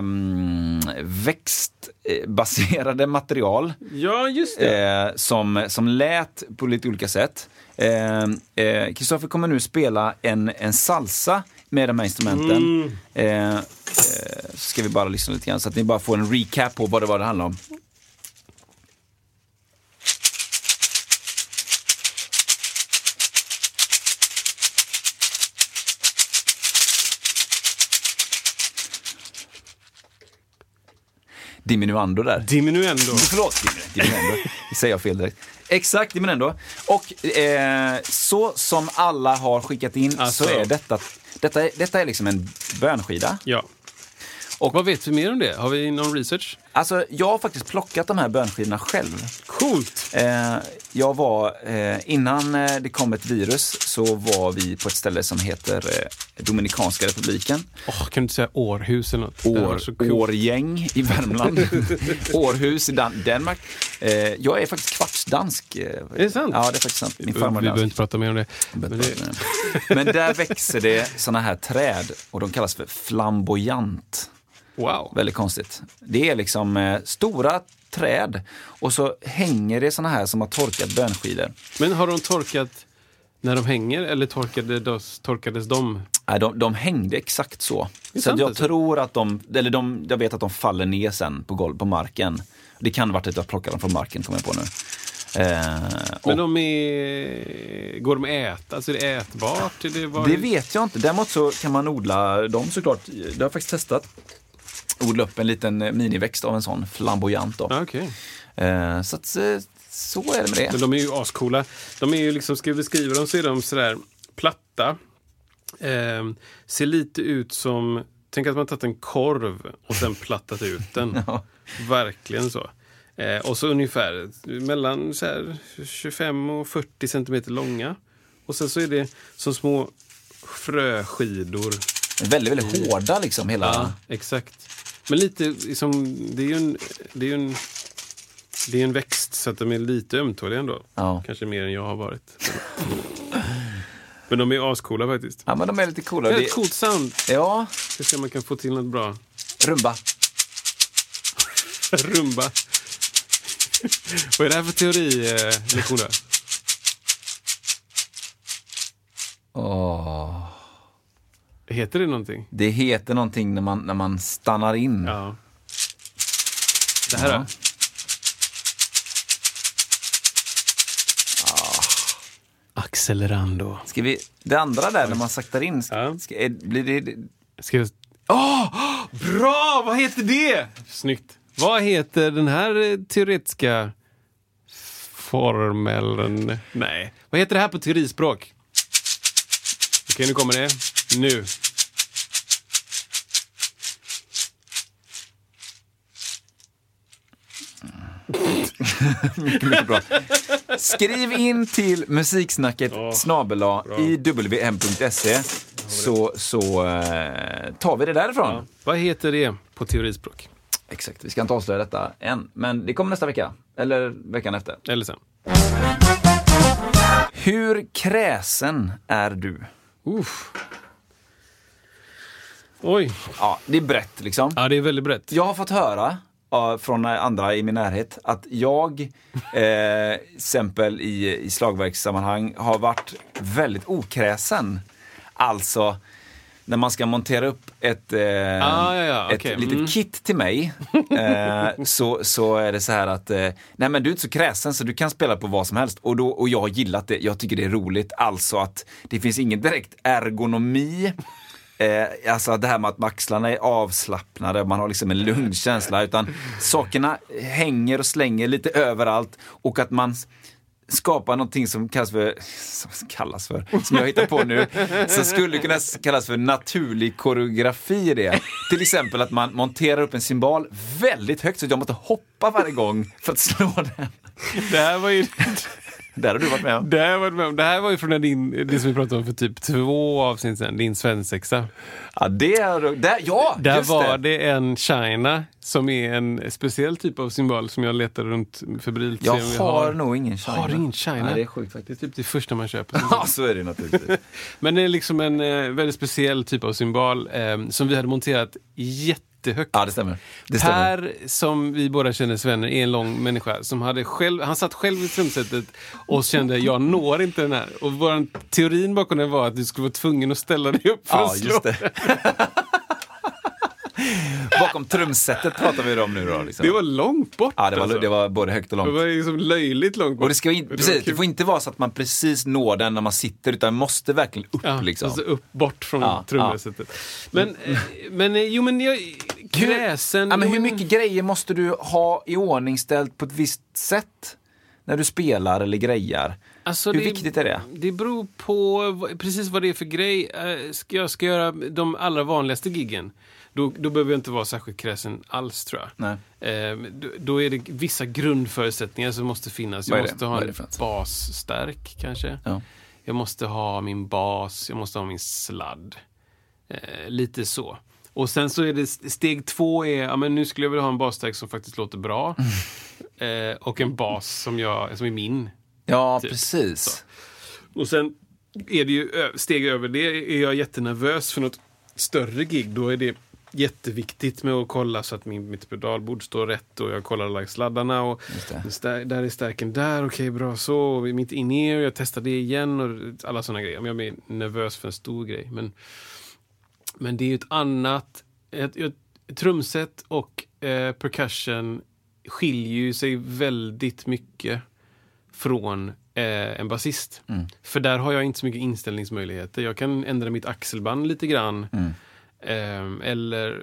Speaker 3: växtbaserade material.
Speaker 2: Ja, just det.
Speaker 3: Eh, som, som lät på lite olika sätt. Kristoffer eh, eh, kommer nu spela en, en salsa med de här instrumenten. Mm. Eh, eh, så ska vi bara lyssna lite grann så att ni bara får en recap på vad det var det handlar om. Diminuendo där.
Speaker 2: Diminuendo.
Speaker 3: Förlåt, diminuendo. Det säger jag fel direkt. Exakt, diminuendo. Och eh, så som alla har skickat in alltså. Så är detta, Detta är, detta är liksom en bönskida.
Speaker 2: Ja.
Speaker 3: Och
Speaker 2: vad vet vi mer om det? Har vi någon research?
Speaker 3: Alltså, jag har faktiskt plockat de här bönskidorna själv.
Speaker 2: Coolt!
Speaker 3: Eh, jag var, eh, innan eh, det kom ett virus så var vi på ett ställe som heter eh, Dominikanska republiken.
Speaker 2: Oh, kan du inte säga Århus eller något?
Speaker 3: År, Årgäng i Värmland. Århus i Dan- Danmark. Eh, jag är faktiskt kvartsdansk. Eh,
Speaker 2: är det sant?
Speaker 3: Ja, det är faktiskt sant. Min
Speaker 2: vi
Speaker 3: farmor
Speaker 2: behöver inte prata mer om det.
Speaker 3: Men, det... Men där växer det såna här träd och de kallas för flamboyant.
Speaker 2: Wow.
Speaker 3: Väldigt konstigt. Det är liksom eh, stora träd och så hänger det såna här som har torkat bönskidor.
Speaker 2: Men har de torkat när de hänger eller torkades, torkades de?
Speaker 3: Nej, de, de hängde exakt så. Så
Speaker 2: sant,
Speaker 3: jag
Speaker 2: alltså.
Speaker 3: tror att de, eller de, jag vet att de faller ner sen på golv, på marken. Det kan vara att jag plockar dem från marken, kommer jag på nu. Eh,
Speaker 2: Men
Speaker 3: och,
Speaker 2: de är, går de att äta? Alltså är det ätbart? Är det, var
Speaker 3: det vet jag inte. Däremot så kan man odla dem såklart. Det har jag faktiskt testat. Odla upp en liten miniväxt av en sån flamboyant då.
Speaker 2: Ah, okay.
Speaker 3: eh, Så att, så är det med det.
Speaker 2: Men de är ju ascoola. De är ju liksom, ska vi beskriva dem så är de sådär platta. Eh, ser lite ut som, tänk att man tagit en korv och sen plattat ut den.
Speaker 3: Ja.
Speaker 2: Verkligen så. Eh, och så ungefär mellan så här, tjugofem och fyrtio centimeter långa. Och sen så är det som små fröskidor.
Speaker 3: Väldigt, väldigt hårda liksom hela...
Speaker 2: Ja, exakt. Men lite liksom, det är ju en, det är ju en, det är en växt så att de är lite ömtåliga ändå.
Speaker 3: Ja.
Speaker 2: Kanske mer än jag har varit. Men de är ascoola faktiskt.
Speaker 3: Ja, men de är lite coola.
Speaker 2: Det är
Speaker 3: det...
Speaker 2: ett coolt sound.
Speaker 3: Ja.
Speaker 2: Ska se om man kan få till något bra.
Speaker 3: Rumba.
Speaker 2: Rumba. Vad är det här för teorilektion då?
Speaker 3: Åh.
Speaker 2: Heter det någonting?
Speaker 3: Det heter någonting när man, när man stannar in.
Speaker 2: Ja. Det här
Speaker 3: Ja.
Speaker 2: då? Accelerando.
Speaker 3: Ska vi, det andra där när man saktar in, ska,
Speaker 2: Ja.
Speaker 3: ska, är, blir det...
Speaker 2: Ska jag... Åh! Bra! Vad heter det? Snyggt. Vad heter den här eh, teoretiska formeln? Nej. Vad heter det här på teorispråk? Okej, nu kommer det. Nu.
Speaker 3: mycket, mycket bra. Skriv in till musiksnacket
Speaker 2: Ja,
Speaker 3: snabel-a i w m punkt se så, så eh, tar vi det därifrån.
Speaker 2: Ja. Vad heter det på teorispråk?
Speaker 3: Exakt, vi ska inte avslöja detta än. Men det kommer nästa vecka. Eller veckan efter.
Speaker 2: Eller sen.
Speaker 3: Hur kräsen är du?
Speaker 2: Uff. Oj.
Speaker 3: Ja, det är brett liksom.
Speaker 2: Ja, det är väldigt brett.
Speaker 3: Jag har fått höra uh, från andra i min närhet att jag, eh, exempel i, i slagverkssammanhang, har varit väldigt okräsen. Alltså, när man ska montera upp ett, eh,
Speaker 2: ah, ja, ja,
Speaker 3: ett
Speaker 2: okay.
Speaker 3: litet
Speaker 2: mm.
Speaker 3: kit till mig eh, så, så är det så här att eh, nej men du är inte så kräsen så du kan spela på vad som helst. Och, då, och jag har gillat det, jag tycker det är roligt. Alltså att det finns ingen direkt ergonomi. Eh, alltså det här med att axlarna är avslappnade, man har liksom en lugn känsla, utan sakerna hänger och slänger lite överallt och att man skapar någonting som kallas för, som kallas för, som jag hittar på nu, som skulle kunna kallas för naturlig koreografi i det. Till exempel att man monterar upp en cymbal väldigt högt så att jag måste hoppa varje gång för att slå den.
Speaker 2: Det här var ju...
Speaker 3: Där har du varit med om.
Speaker 2: Det här var, med om. Det här var ju från din, det som vi pratade om för typ två avsnitt sedan, din svensexa.
Speaker 3: Ja, det är, där, ja,
Speaker 2: Där
Speaker 3: just
Speaker 2: var
Speaker 3: det.
Speaker 2: det en China som är en speciell typ av symbol som jag letar runt febrilt.
Speaker 3: Jag,
Speaker 2: jag
Speaker 3: har,
Speaker 2: har
Speaker 3: nog ingen China.
Speaker 2: Har du ingen China?
Speaker 3: Nej, det är sjukt faktiskt.
Speaker 2: Det är typ det första man köper.
Speaker 3: Ja, så är det naturligtvis.
Speaker 2: Men det är liksom en eh, väldigt speciell typ av symbol eh, som vi hade monterat jättehögt.
Speaker 3: Ja, det stämmer. Det stämmer.
Speaker 2: Per, som vi båda känner Svenner, är en lång människa som hade själv, han satt själv i trumsetet och kände, jag når inte den här. Och vår teorin bakom det var att du skulle vara tvungen att ställa dig upp för
Speaker 3: Ja,
Speaker 2: att slå.
Speaker 3: just det. Bakom trumsetet pratar vi om nu då. Liksom.
Speaker 2: Det var långt bort.
Speaker 3: Ja, det var,
Speaker 2: alltså.
Speaker 3: det var både högt och långt.
Speaker 2: Det var liksom löjligt långt bort.
Speaker 3: Och det, ska in, precis, det får inte vara så att man precis når den när man sitter, utan måste verkligen upp.
Speaker 2: Ja,
Speaker 3: liksom.
Speaker 2: alltså upp bort från
Speaker 3: Ja,
Speaker 2: trumsetet. Ja. Men, eh, men eh, jo men jag, kräsen...
Speaker 3: Ja, men
Speaker 2: jo,
Speaker 3: hur mycket grejer måste du ha i ordning ställt på ett visst sätt när du spelar eller grejar?
Speaker 2: Alltså
Speaker 3: Hur
Speaker 2: det,
Speaker 3: viktigt är det?
Speaker 2: Det beror på precis vad det är för grej. Ska jag ska göra de allra vanligaste giggen, då, då behöver jag inte vara särskilt kräsen alls, tror jag.
Speaker 3: Nej.
Speaker 2: Eh, då, då är det vissa grundförutsättningar som måste finnas. Jag måste ha en basstärk, kanske.
Speaker 3: Ja.
Speaker 2: Jag måste ha min bas, jag måste ha min sladd. Eh, lite så. Och sen så är det steg två är, ja men nu skulle jag vilja ha en basstärk som faktiskt låter bra. Mm. Eh, och en bas som, jag, som är min.
Speaker 3: Ja,
Speaker 2: typ.
Speaker 3: precis.
Speaker 2: Så. Och sen är det ju steg över det, är jag jättenervös för något större gig, då är det jätteviktigt med att kolla så att min, mitt pedalbord står rätt och jag kollar like sladdarna och där, där är stärken där, okej okay, bra så, och mitt in-ear, jag testar det igen och alla sådana grejer. Jag är nervös för en stor grej, men, men det är ju ett annat ett, ett, ett trumset och eh, percussion skiljer ju sig väldigt mycket från eh, en basist. Mm. För där har jag inte så mycket inställningsmöjligheter. Jag kan ändra mitt axelband lite grann. Mm. Eh, eller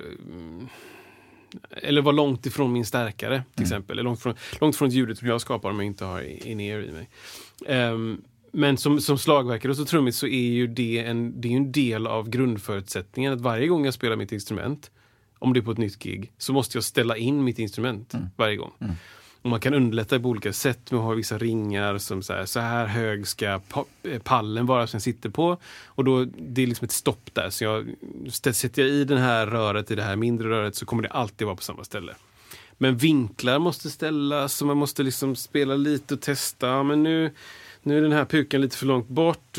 Speaker 2: eller vara långt ifrån min stärkare, till mm. exempel. Eller långt från, långt från ljudet som jag skapar om jag inte har in-ear i mig. Eh, men som, som slagverkare och så trummigt så är ju det en, det är en del av grundförutsättningen. Att varje gång jag spelar mitt instrument, om det är på ett nytt gig, så måste jag ställa in mitt instrument mm. varje gång. Mm. Och man kan underlätta på olika sätt med att ha vissa ringar som så här, så här hög ska pallen vara som jag sitter på. Och då, det är liksom ett stopp där. Så jag, sätter jag i den här röret, i det här mindre röret, så kommer det alltid vara på samma ställe. Men vinklar måste ställas, så man måste liksom spela lite och testa. Men nu, nu är den här puken lite för långt bort.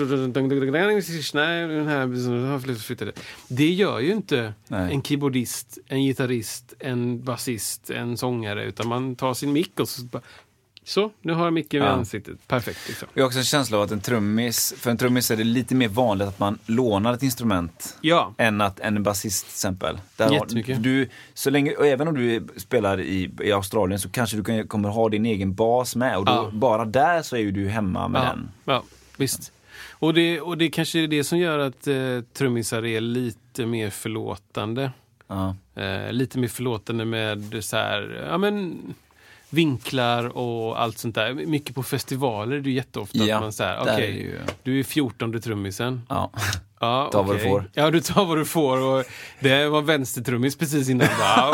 Speaker 2: Nej, den här flyttade. Det gör ju inte Nej. en keyboardist, en gitarrist, en basist, en sångare, utan man tar sin mick och så bara, så, nu har jag micken i ja. ansiktet. Perfekt. Liksom.
Speaker 3: Jag har också en känsla av att en trummis, för en trummis är det lite mer vanligt att man lånar ett instrument
Speaker 2: ja.
Speaker 3: än att en basist till exempel. Där
Speaker 2: Jättemycket.
Speaker 3: Har, du, så länge, och även om du spelar i, i Australien så kanske du kan, kommer ha din egen bas med och då, ja. bara där så är ju du hemma med
Speaker 2: ja.
Speaker 3: den.
Speaker 2: Ja, visst. Och det, och det kanske är det som gör att eh, trummisar är lite mer förlåtande.
Speaker 3: Ja.
Speaker 2: Eh, lite mer förlåtande med så här, ja men vinklar och allt sånt där. Mycket på festivaler är det ju jätteofta
Speaker 3: ja,
Speaker 2: att man säger, okej, okay, ju... du är fjortonde trummisen.
Speaker 3: Ja,
Speaker 2: ja
Speaker 3: ta
Speaker 2: okay.
Speaker 3: vad du får.
Speaker 2: Ja, du tar vad du får. Och det var vänstertrummis precis innan.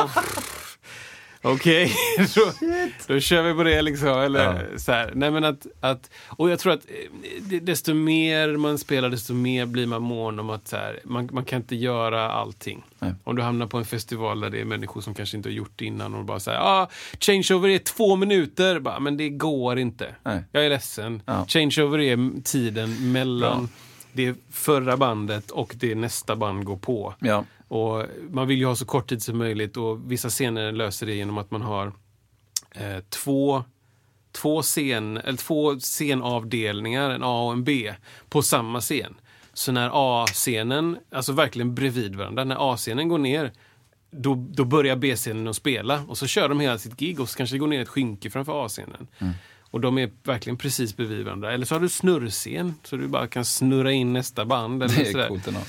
Speaker 2: Okej, okay. då, då kör vi på det liksom. Eller, ja. så här. Nej, men att, att, och jag tror att desto mer man spelar, desto mer blir man mån om att så här, man, man kan inte göra allting. Nej. Om du hamnar på en festival där det är människor som kanske inte har gjort det innan och bara säger, ah, changeover är två minuter. Bara, men det går inte. Nej. Jag är ledsen. Ja. Changeover är tiden mellan ja. det förra bandet och det nästa band går på.
Speaker 3: Ja.
Speaker 2: Och man vill ju ha så kort tid som möjligt och vissa scener löser det genom att man har eh, två, två, scen, eller två scenavdelningar, en A och en B, på samma scen. Så när A-scenen, alltså verkligen bredvid varandra, när A-scenen går ner, då, då börjar B-scenen att spela. Och så kör de hela sitt gig och så kanske det går ner ett skynke framför A-scenen. Mm. Och de är verkligen precis bredvid varandra. Eller så har du snurrscen, så du bara kan snurra in nästa band. Eller
Speaker 3: det är
Speaker 2: sådär.
Speaker 3: Coolt ändå.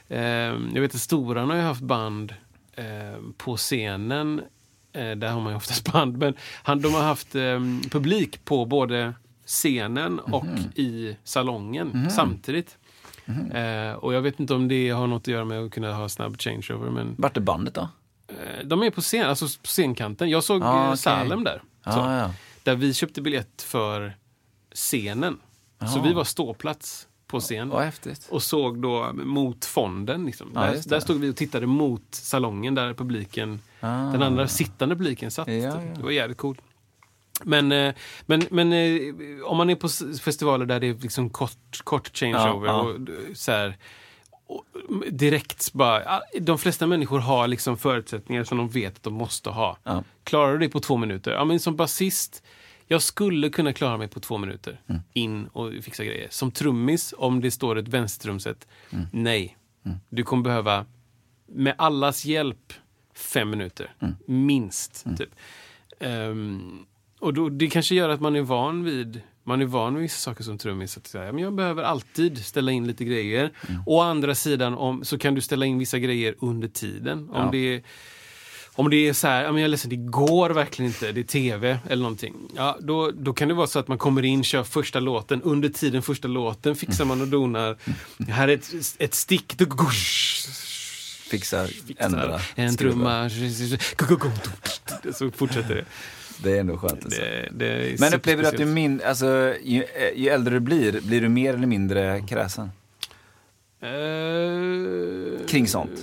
Speaker 2: Jag vet att Storan har ju haft band eh, på scenen. Eh, där har man ju oftast band. Men han, de har haft eh, publik på både scenen och mm. i salongen mm. samtidigt. Mm. Eh, och jag vet inte om det har något att göra med att kunna ha snabb changeover. Men,
Speaker 3: vart är bandet då?
Speaker 2: Eh, de är på, scen, alltså på scenkanten. Jag såg ah, okay. Salem där.
Speaker 3: Ah,
Speaker 2: så,
Speaker 3: ja.
Speaker 2: Där vi köpte biljett för scenen. Ah. Så vi var ståplats på scen.
Speaker 3: Vad häftigt.
Speaker 2: Och såg då mot fonden. Liksom. Ja, där, där stod vi och tittade mot salongen där publiken, ah. den andra sittande publiken satt. Ja, ja. Det var jävligt coolt. Men, men, men om man är på festivaler där det är liksom kort, kort changeover ja, ja. och så här, och direkt bara, de flesta människor har liksom förutsättningar som de vet att de måste ha. Ja. Klarar du det på två minuter? Ja, men som basist, jag skulle kunna klara mig på två minuter mm. in och fixa grejer. Som trummis, om det står ett vänstertrumset, mm. nej. Mm. Du kommer behöva, med allas hjälp, fem minuter. Mm. Minst, mm. typ. Um, och då, det kanske gör att man är van vid man är van vid vissa saker som trummis. Att säga, men jag behöver alltid ställa in lite grejer. Mm. Å andra sidan om, så kan du ställa in vissa grejer under tiden. Om, ja. det är, Om det är så här, jag är ledsen, det går verkligen inte, det är tv eller någonting. Ja, då, då kan det vara så att man kommer in, kör första låten. Under tiden första låten fixar man och donar. Här är ett, ett stick.
Speaker 3: Fixar, ändra.
Speaker 2: En trumma. Så fortsätter det.
Speaker 3: Det är ändå skönt. Alltså.
Speaker 2: Det, det är
Speaker 3: Men upplever du att du min, alltså, ju, ju äldre du blir, blir du mer eller mindre kräsen?
Speaker 2: Uh,
Speaker 3: Kring sånt?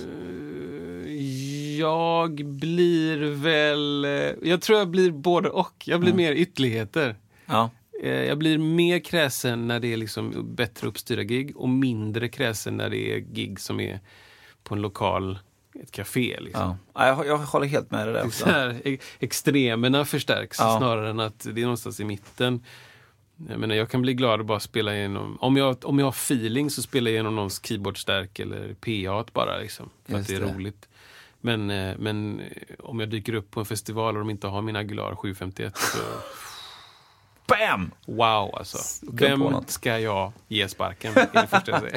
Speaker 2: Jag blir väl... Jag tror jag blir både och. Jag blir mm. mer ytterligheter.
Speaker 3: Ja.
Speaker 2: Jag blir mer kräsen när det är liksom bättre uppstyrda gig och mindre kräsen när det är gig som är på en lokal, ett café. Liksom.
Speaker 3: Ja. Jag, jag håller helt med det där också.
Speaker 2: Här, extremerna förstärks
Speaker 3: ja.
Speaker 2: snarare än att det är någonstans i mitten. Jag menar, jag kan bli glad att bara spela igenom... Om jag, om jag har feeling så spelar jag igenom någons keyboardstärk eller P A bara. Liksom, för
Speaker 3: Just
Speaker 2: att det är
Speaker 3: det.
Speaker 2: roligt. Men, men om jag dyker upp på en festival och de inte har min Aguilar sju femtioett så...
Speaker 3: Bam!
Speaker 2: Wow, alltså. Vem ska jag ge sparken? Är det första jag säger.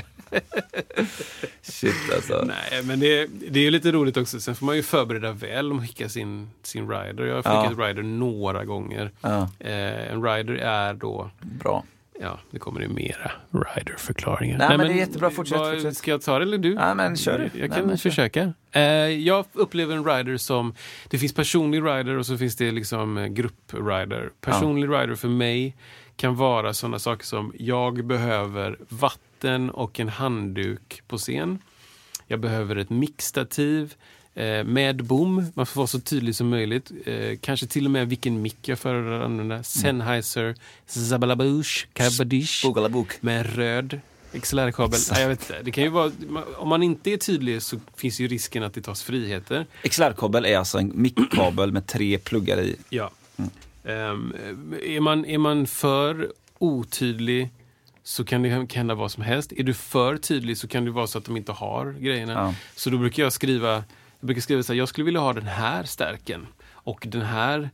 Speaker 3: Shit, alltså.
Speaker 2: Nej, men det, det är ju lite roligt också. Sen får man ju förbereda väl om att skicka sin, sin rider. Jag har skickat ja. rider några gånger. Ja. Eh, en rider är då...
Speaker 3: Bra.
Speaker 2: Ja, det kommer ju mera rider-förklaringar.
Speaker 3: Nej, Nej men, men det är jättebra. Fortsätt,
Speaker 2: vad,
Speaker 3: fortsätt.
Speaker 2: Ska jag ta det eller du?
Speaker 3: Nej, men kör.
Speaker 2: Jag kan
Speaker 3: Nej, men
Speaker 2: försöka. Eh, jag upplever en rider som... Det finns personlig rider och så finns det liksom grupp-rider. Personlig ja. rider för mig kan vara sådana saker som jag behöver vatten och en handduk på scen. Jag behöver ett mixtativ eh, med bom. Man får vara så tydlig som möjligt. Eh, kanske till och med vilken mick jag föredrar att använda. Sennheiser Zabalabouche Kabadish med röd X L R-kabel. Nej, jag vet inte. Det kan ju vara, om man inte är tydlig så finns ju risken att det tas friheter.
Speaker 3: X L R-kabel är alltså en mickkabel med tre pluggar i.
Speaker 2: Ja. Mm. Um, är, man, är man för otydlig så kan det hända vad som helst. Är du för tydlig så kan det vara så att de inte har grejerna. Ja. Så då brukar jag skriva jag brukar skriva så här, jag skulle vilja ha den här stärken och den här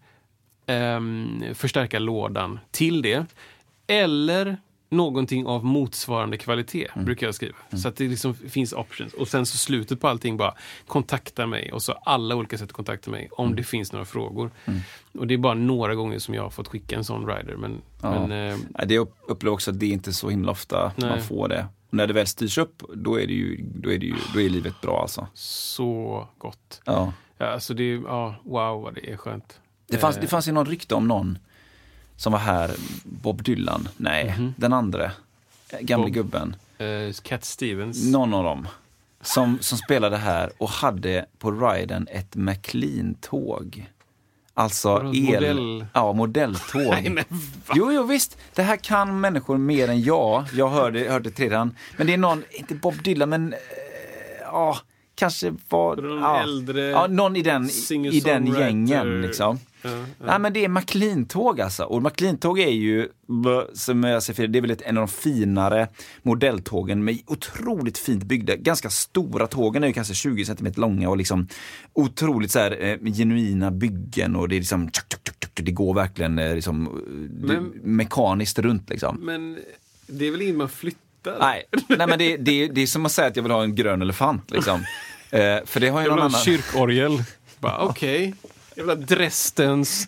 Speaker 2: um, förstärka lådan till det. Eller någonting av motsvarande kvalitet mm. brukar jag skriva. Mm. Så att det liksom finns options. Och sen så slutet på allting bara kontakta mig. Och så alla olika sätt att kontakta mig om mm. det finns några frågor. Mm. Och det är bara några gånger som jag har fått skicka en sån rider. Men,
Speaker 3: ja.
Speaker 2: men, eh,
Speaker 3: det upplever också att det är inte så himla ofta nej. man får det. Och när det väl styrs upp, då är det ju, då är det ju, då är livet bra alltså.
Speaker 2: Så gott.
Speaker 3: Ja.
Speaker 2: Ja, alltså det, ja, wow vad det är skönt.
Speaker 3: Det fanns, det fanns ju någon rykte om någon som var här, Bob Dylan. Nej, mm-hmm. den andra. Gamla Bob, gubben.
Speaker 2: Uh, Cat Stevens.
Speaker 3: Någon av dem. Som, som spelade här och hade på riden ett McLean-tåg. Alltså el... Modell. Ja, modelltåg. Nej, men jo, jo, visst. Det här kan människor mer än jag. Jag hörde, hörde det redan. Men det är någon, inte Bob Dylan, men... Ja... Uh, kanske var ja,
Speaker 2: äldre
Speaker 3: ja, någon i den, i den gängen liksom. Ja, ja. Nej, men det är McLean-tåg alltså. Och McLean-tåg är ju som jag säger, det är väl ett, en av de finare modelltågen med otroligt fint byggda, ganska stora tågen är ju kanske tjugo centimeter långa och liksom otroligt så här eh, genuina byggen och det är liksom tjuk, tjuk, tjuk, tjuk, det går verkligen eh, liksom men, det, mekaniskt runt liksom.
Speaker 2: Men det är väl innan man flyttar.
Speaker 3: Nej, nej men det, det, det är som att säga att jag vill ha en grön elefant liksom. uh, för det har ju
Speaker 2: jag
Speaker 3: någon
Speaker 2: vill
Speaker 3: annan...
Speaker 2: ha kyrkorgel. Bara okej. Okay. Jag vill ha Dresdens.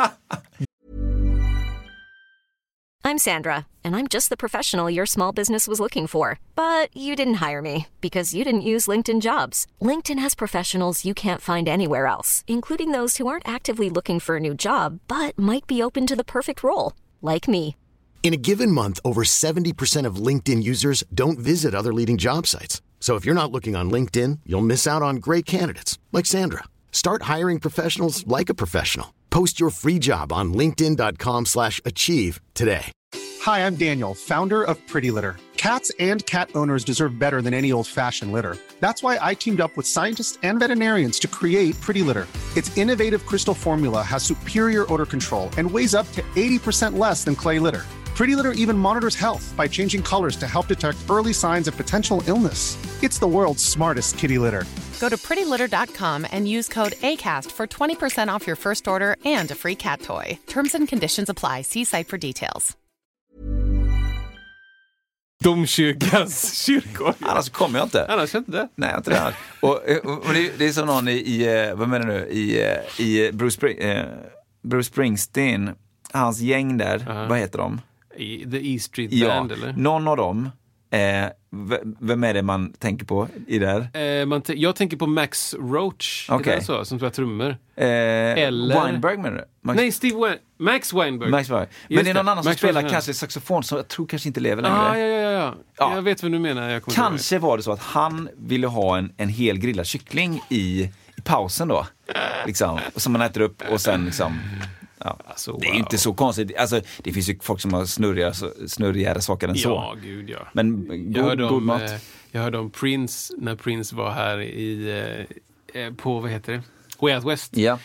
Speaker 4: I'm Sandra, and I'm just the professional your small business was looking for. But you didn't hire me because you didn't use LinkedIn Jobs. LinkedIn has professionals you can't find anywhere else, including those who aren't actively looking for a new job, but might be open to the perfect role, like me.
Speaker 1: In a given month, over seventy percent of LinkedIn users don't visit other leading job sites. So if you're not looking on LinkedIn, you'll miss out on great candidates like Sandra. Start hiring professionals like a professional. Post your free job on linkedin dot com slash achieve today.
Speaker 5: Hi, I'm Daniel, founder of Pretty Litter. Cats and cat owners deserve better than any old-fashioned litter. That's why I teamed up with scientists and veterinarians to create Pretty Litter. Its innovative crystal formula has superior odor control and weighs up to eighty percent less than clay litter. Pretty Litter even monitors health by changing colors to help detect early signs of potential illness. It's the world's smartest kitty litter.
Speaker 6: Go to pretty litter dot com and use code ACAST for twenty percent off your first order and a free cat toy. Terms and conditions apply. See site for details.
Speaker 2: domkyrkans kyrkor.
Speaker 3: Annars kommer jag inte.
Speaker 2: Annars inte det.
Speaker 3: Nej, inte det. Och, och, och det, det är som någon i, i vad menar du, i, i Bruce, Spring, eh, Bruce Springsteen, hans gäng där, uh-huh. vad heter de?
Speaker 2: I The E Street
Speaker 3: ja,
Speaker 2: Band, eller?
Speaker 3: Någon av dem. Eh, v- vem är det man tänker på i där?
Speaker 2: Eh, man t- jag tänker på Max Roach,
Speaker 3: okay.
Speaker 2: är det så, som spelar trummor.
Speaker 3: Eh,
Speaker 2: Eller...
Speaker 3: Weinberg menar du?
Speaker 2: Max... Nej, Steve Wein... Max Weinberg.
Speaker 3: Max Weinberg. Men det är någon
Speaker 2: det.
Speaker 3: annan som
Speaker 2: Max
Speaker 3: spelar
Speaker 2: Weinberg.
Speaker 3: kanske saxofon som jag tror kanske inte lever längre.
Speaker 2: Ah, ja, ja, ja,
Speaker 3: ja.
Speaker 2: Jag vet vad du menar. Jag
Speaker 3: kanske var det så att han ville ha en, en hel grillad kyckling i, i pausen då. Liksom, som man äter upp och sen liksom... Ja. Alltså, wow. Det är ju inte så konstigt. Alltså, det finns ju folk som har snurrigare, snurrigare saker än
Speaker 2: ja,
Speaker 3: så.
Speaker 2: Ja, gud ja.
Speaker 3: Men god,
Speaker 2: jag hörde
Speaker 3: god
Speaker 2: om,
Speaker 3: mat.
Speaker 2: Eh, jag hörde om Prince, när Prince var här i, eh, på, vad heter det? Way Out West.
Speaker 3: Ja.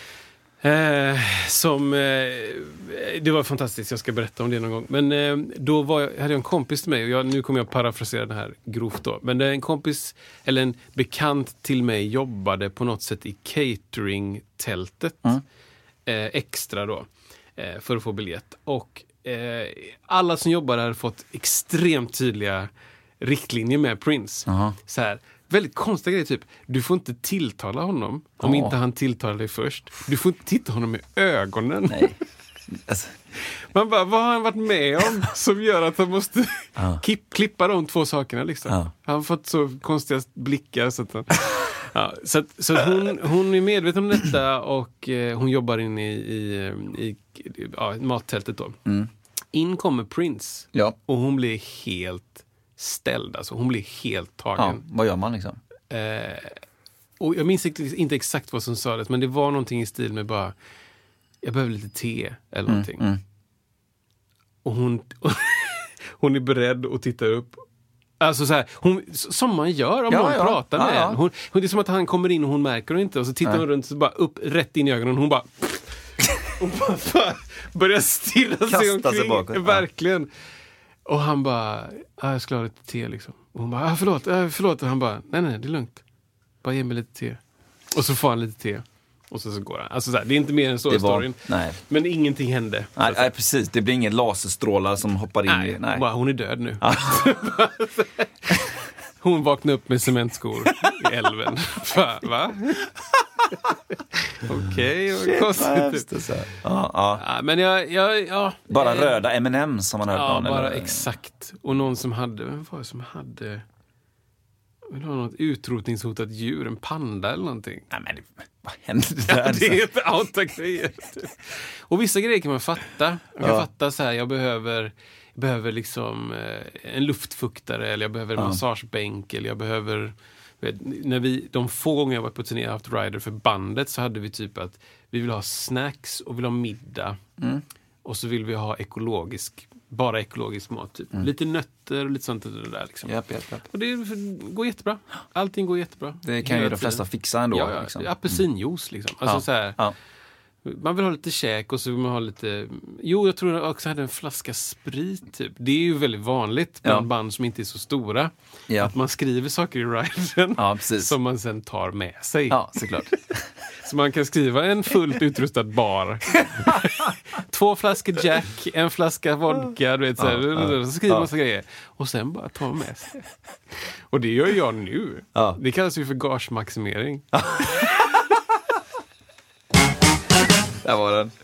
Speaker 2: Eh, som, eh, det var fantastiskt, jag ska berätta om det någon gång. Men eh, då var jag, hade jag en kompis till mig, och jag, nu kommer jag parafrasera det här grovt då. Men det är en kompis, eller en bekant till mig, jobbade på något sätt i catering-tältet. Mm. Eh, extra då, eh, för att få biljett. Och eh, alla som jobbar där har fått extremt tydliga riktlinjer med Prince. Uh-huh. Så här, väldigt konstiga grejer, typ, du får inte tilltala honom om oh. inte han tilltalar dig först. Du får inte titta honom i ögonen.
Speaker 3: Nej. Alltså.
Speaker 2: Man bara, vad har han varit med om som gör att han måste uh. kipp, klippa de två sakerna liksom. Uh. Han har fått så konstiga blickar så att han... Ja, så att, så att hon, hon är medveten om detta och eh, hon jobbar in i, i, i ja, mattältet då. Mm. In kommer Prince
Speaker 3: ja.
Speaker 2: Och hon blir helt ställd. Alltså, hon blir helt tagen.
Speaker 3: Ja, vad gör man liksom?
Speaker 2: Eh, och jag minns inte, inte exakt vad som sades, men det var någonting i stil med bara, jag behöver lite te eller någonting. Mm, mm. Och hon, hon är beredd att titta upp. Alltså så här, hon, som man gör om ja, någon ja. pratar med ja, ja. en. Hon, hon, det är som att han kommer in och hon märker det inte. Och så tittar Nej. hon runt och bara upp rätt in i ögonen. Och hon bara... Hon bara, bara börjar stirra Kasta sig omkring. Sig bakåt, verkligen. Ja. Och han bara, ah, jag skulle ha lite te liksom. Och hon bara, ah, förlåt, ah, förlåt. Och han bara, nej, nej, det är lugnt. Bara ge mig lite te. Och så får han lite te. Och så, så går han. Alltså så här, det är inte mer än så i storyn.
Speaker 3: Nej.
Speaker 2: Men ingenting hände.
Speaker 3: Nej, nej, precis. Det blir ingen laserstrålar som hoppar in
Speaker 2: nej,
Speaker 3: i... Nej,
Speaker 2: bara, hon är död nu. Hon vaknade upp med cementskor i älven. Va? Va? Okej, okay, vad konstigt.
Speaker 3: Ja, ja.
Speaker 2: Ja, men jag, jag, ja,
Speaker 3: bara
Speaker 2: eh,
Speaker 3: röda M and M's som man hört
Speaker 2: ja,
Speaker 3: någon.
Speaker 2: Bara
Speaker 3: eller?
Speaker 2: exakt. Och någon som hade, vem var det som hade... Vill ha något utrotningshotat djur, en panda eller någonting.
Speaker 3: Nej, men det, vad händer det där?
Speaker 2: Ja, det är ett outa grejer. Och vissa grejer kan man fatta. Man kan ja. fatta så här, jag behöver, jag behöver liksom eh, en luftfuktare, eller jag behöver en ja. massagebänk, eller jag behöver... Vet, när vi, de få gånger jag var på turné och haft rider för bandet, så hade vi typ att vi vill ha snacks och vill ha middag. Mm. Och så vill vi ha ekologisk, bara ekologisk mat typ. Mm. Lite nötter och lite sånt där liksom.
Speaker 3: Japp, japp, japp.
Speaker 2: Och det går jättebra. Allting går jättebra.
Speaker 3: Det kan ju de flesta fixa ändå.
Speaker 2: Ja, ja.
Speaker 3: Liksom.
Speaker 2: Apelsinjuice liksom. Alltså
Speaker 3: ja.
Speaker 2: så här, ja. Man vill ha lite käk och så vill man ha lite... Jo, jag tror jag också hade en flaska sprit typ. Det är ju väldigt vanligt bland ja. band som inte är så stora. Ja. Att man skriver saker i riden
Speaker 3: ja,
Speaker 2: som man sen tar med sig.
Speaker 3: Ja, såklart.
Speaker 2: Så man kan skriva en fullt utrustad bar. Två flaskor Jack, en flaska vodka, du vet, så, här, ja, ja, så skriver man så ja. grejer. Och sen bara tar man med sig. Och det gör jag nu. Ja. Det kallas ju för gagemaximering.
Speaker 3: Där var den.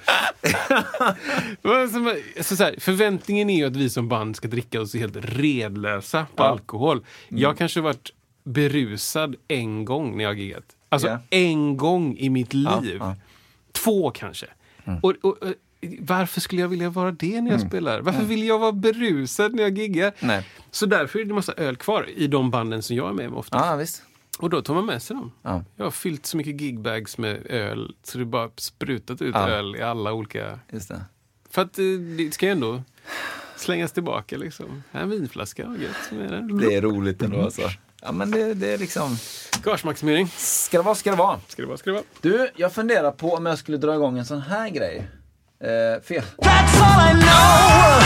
Speaker 2: så så här, förväntningen är ju att vi som band ska dricka oss helt redlösa på ja. alkohol. Mm. Jag kanske varit berusad en gång när jag giggat. Alltså yeah. en gång i mitt liv. Ja, ja. Två kanske. Mm. Och, och, och varför skulle jag vilja vara det när jag mm. spelar? Varför mm. vill jag vara berusad när jag giggar? Nej. Så därför är det en massa öl kvar i de banden som jag är med om ofta.
Speaker 3: Ja, visst.
Speaker 2: Och då tar man med sig dem.
Speaker 3: Ja.
Speaker 2: Jag har fyllt så mycket gigbags med öl så det bara sprutat ut ja. öl i alla olika...
Speaker 3: Just det.
Speaker 2: För att det ska ju ändå slängas tillbaka liksom. En vinflaska och gött med den.
Speaker 3: Det är roligt ändå alltså. Ja, men det, det är liksom...
Speaker 2: Gagemaximering.
Speaker 3: Ska det vara, ska det vara.
Speaker 2: Ska det vara, ska det vara.
Speaker 3: Du, jag funderar på om jag skulle dra igång en sån här grej. Eh, fel.
Speaker 7: That's all I know!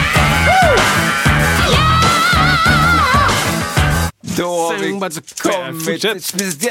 Speaker 3: Då har vi kommit till...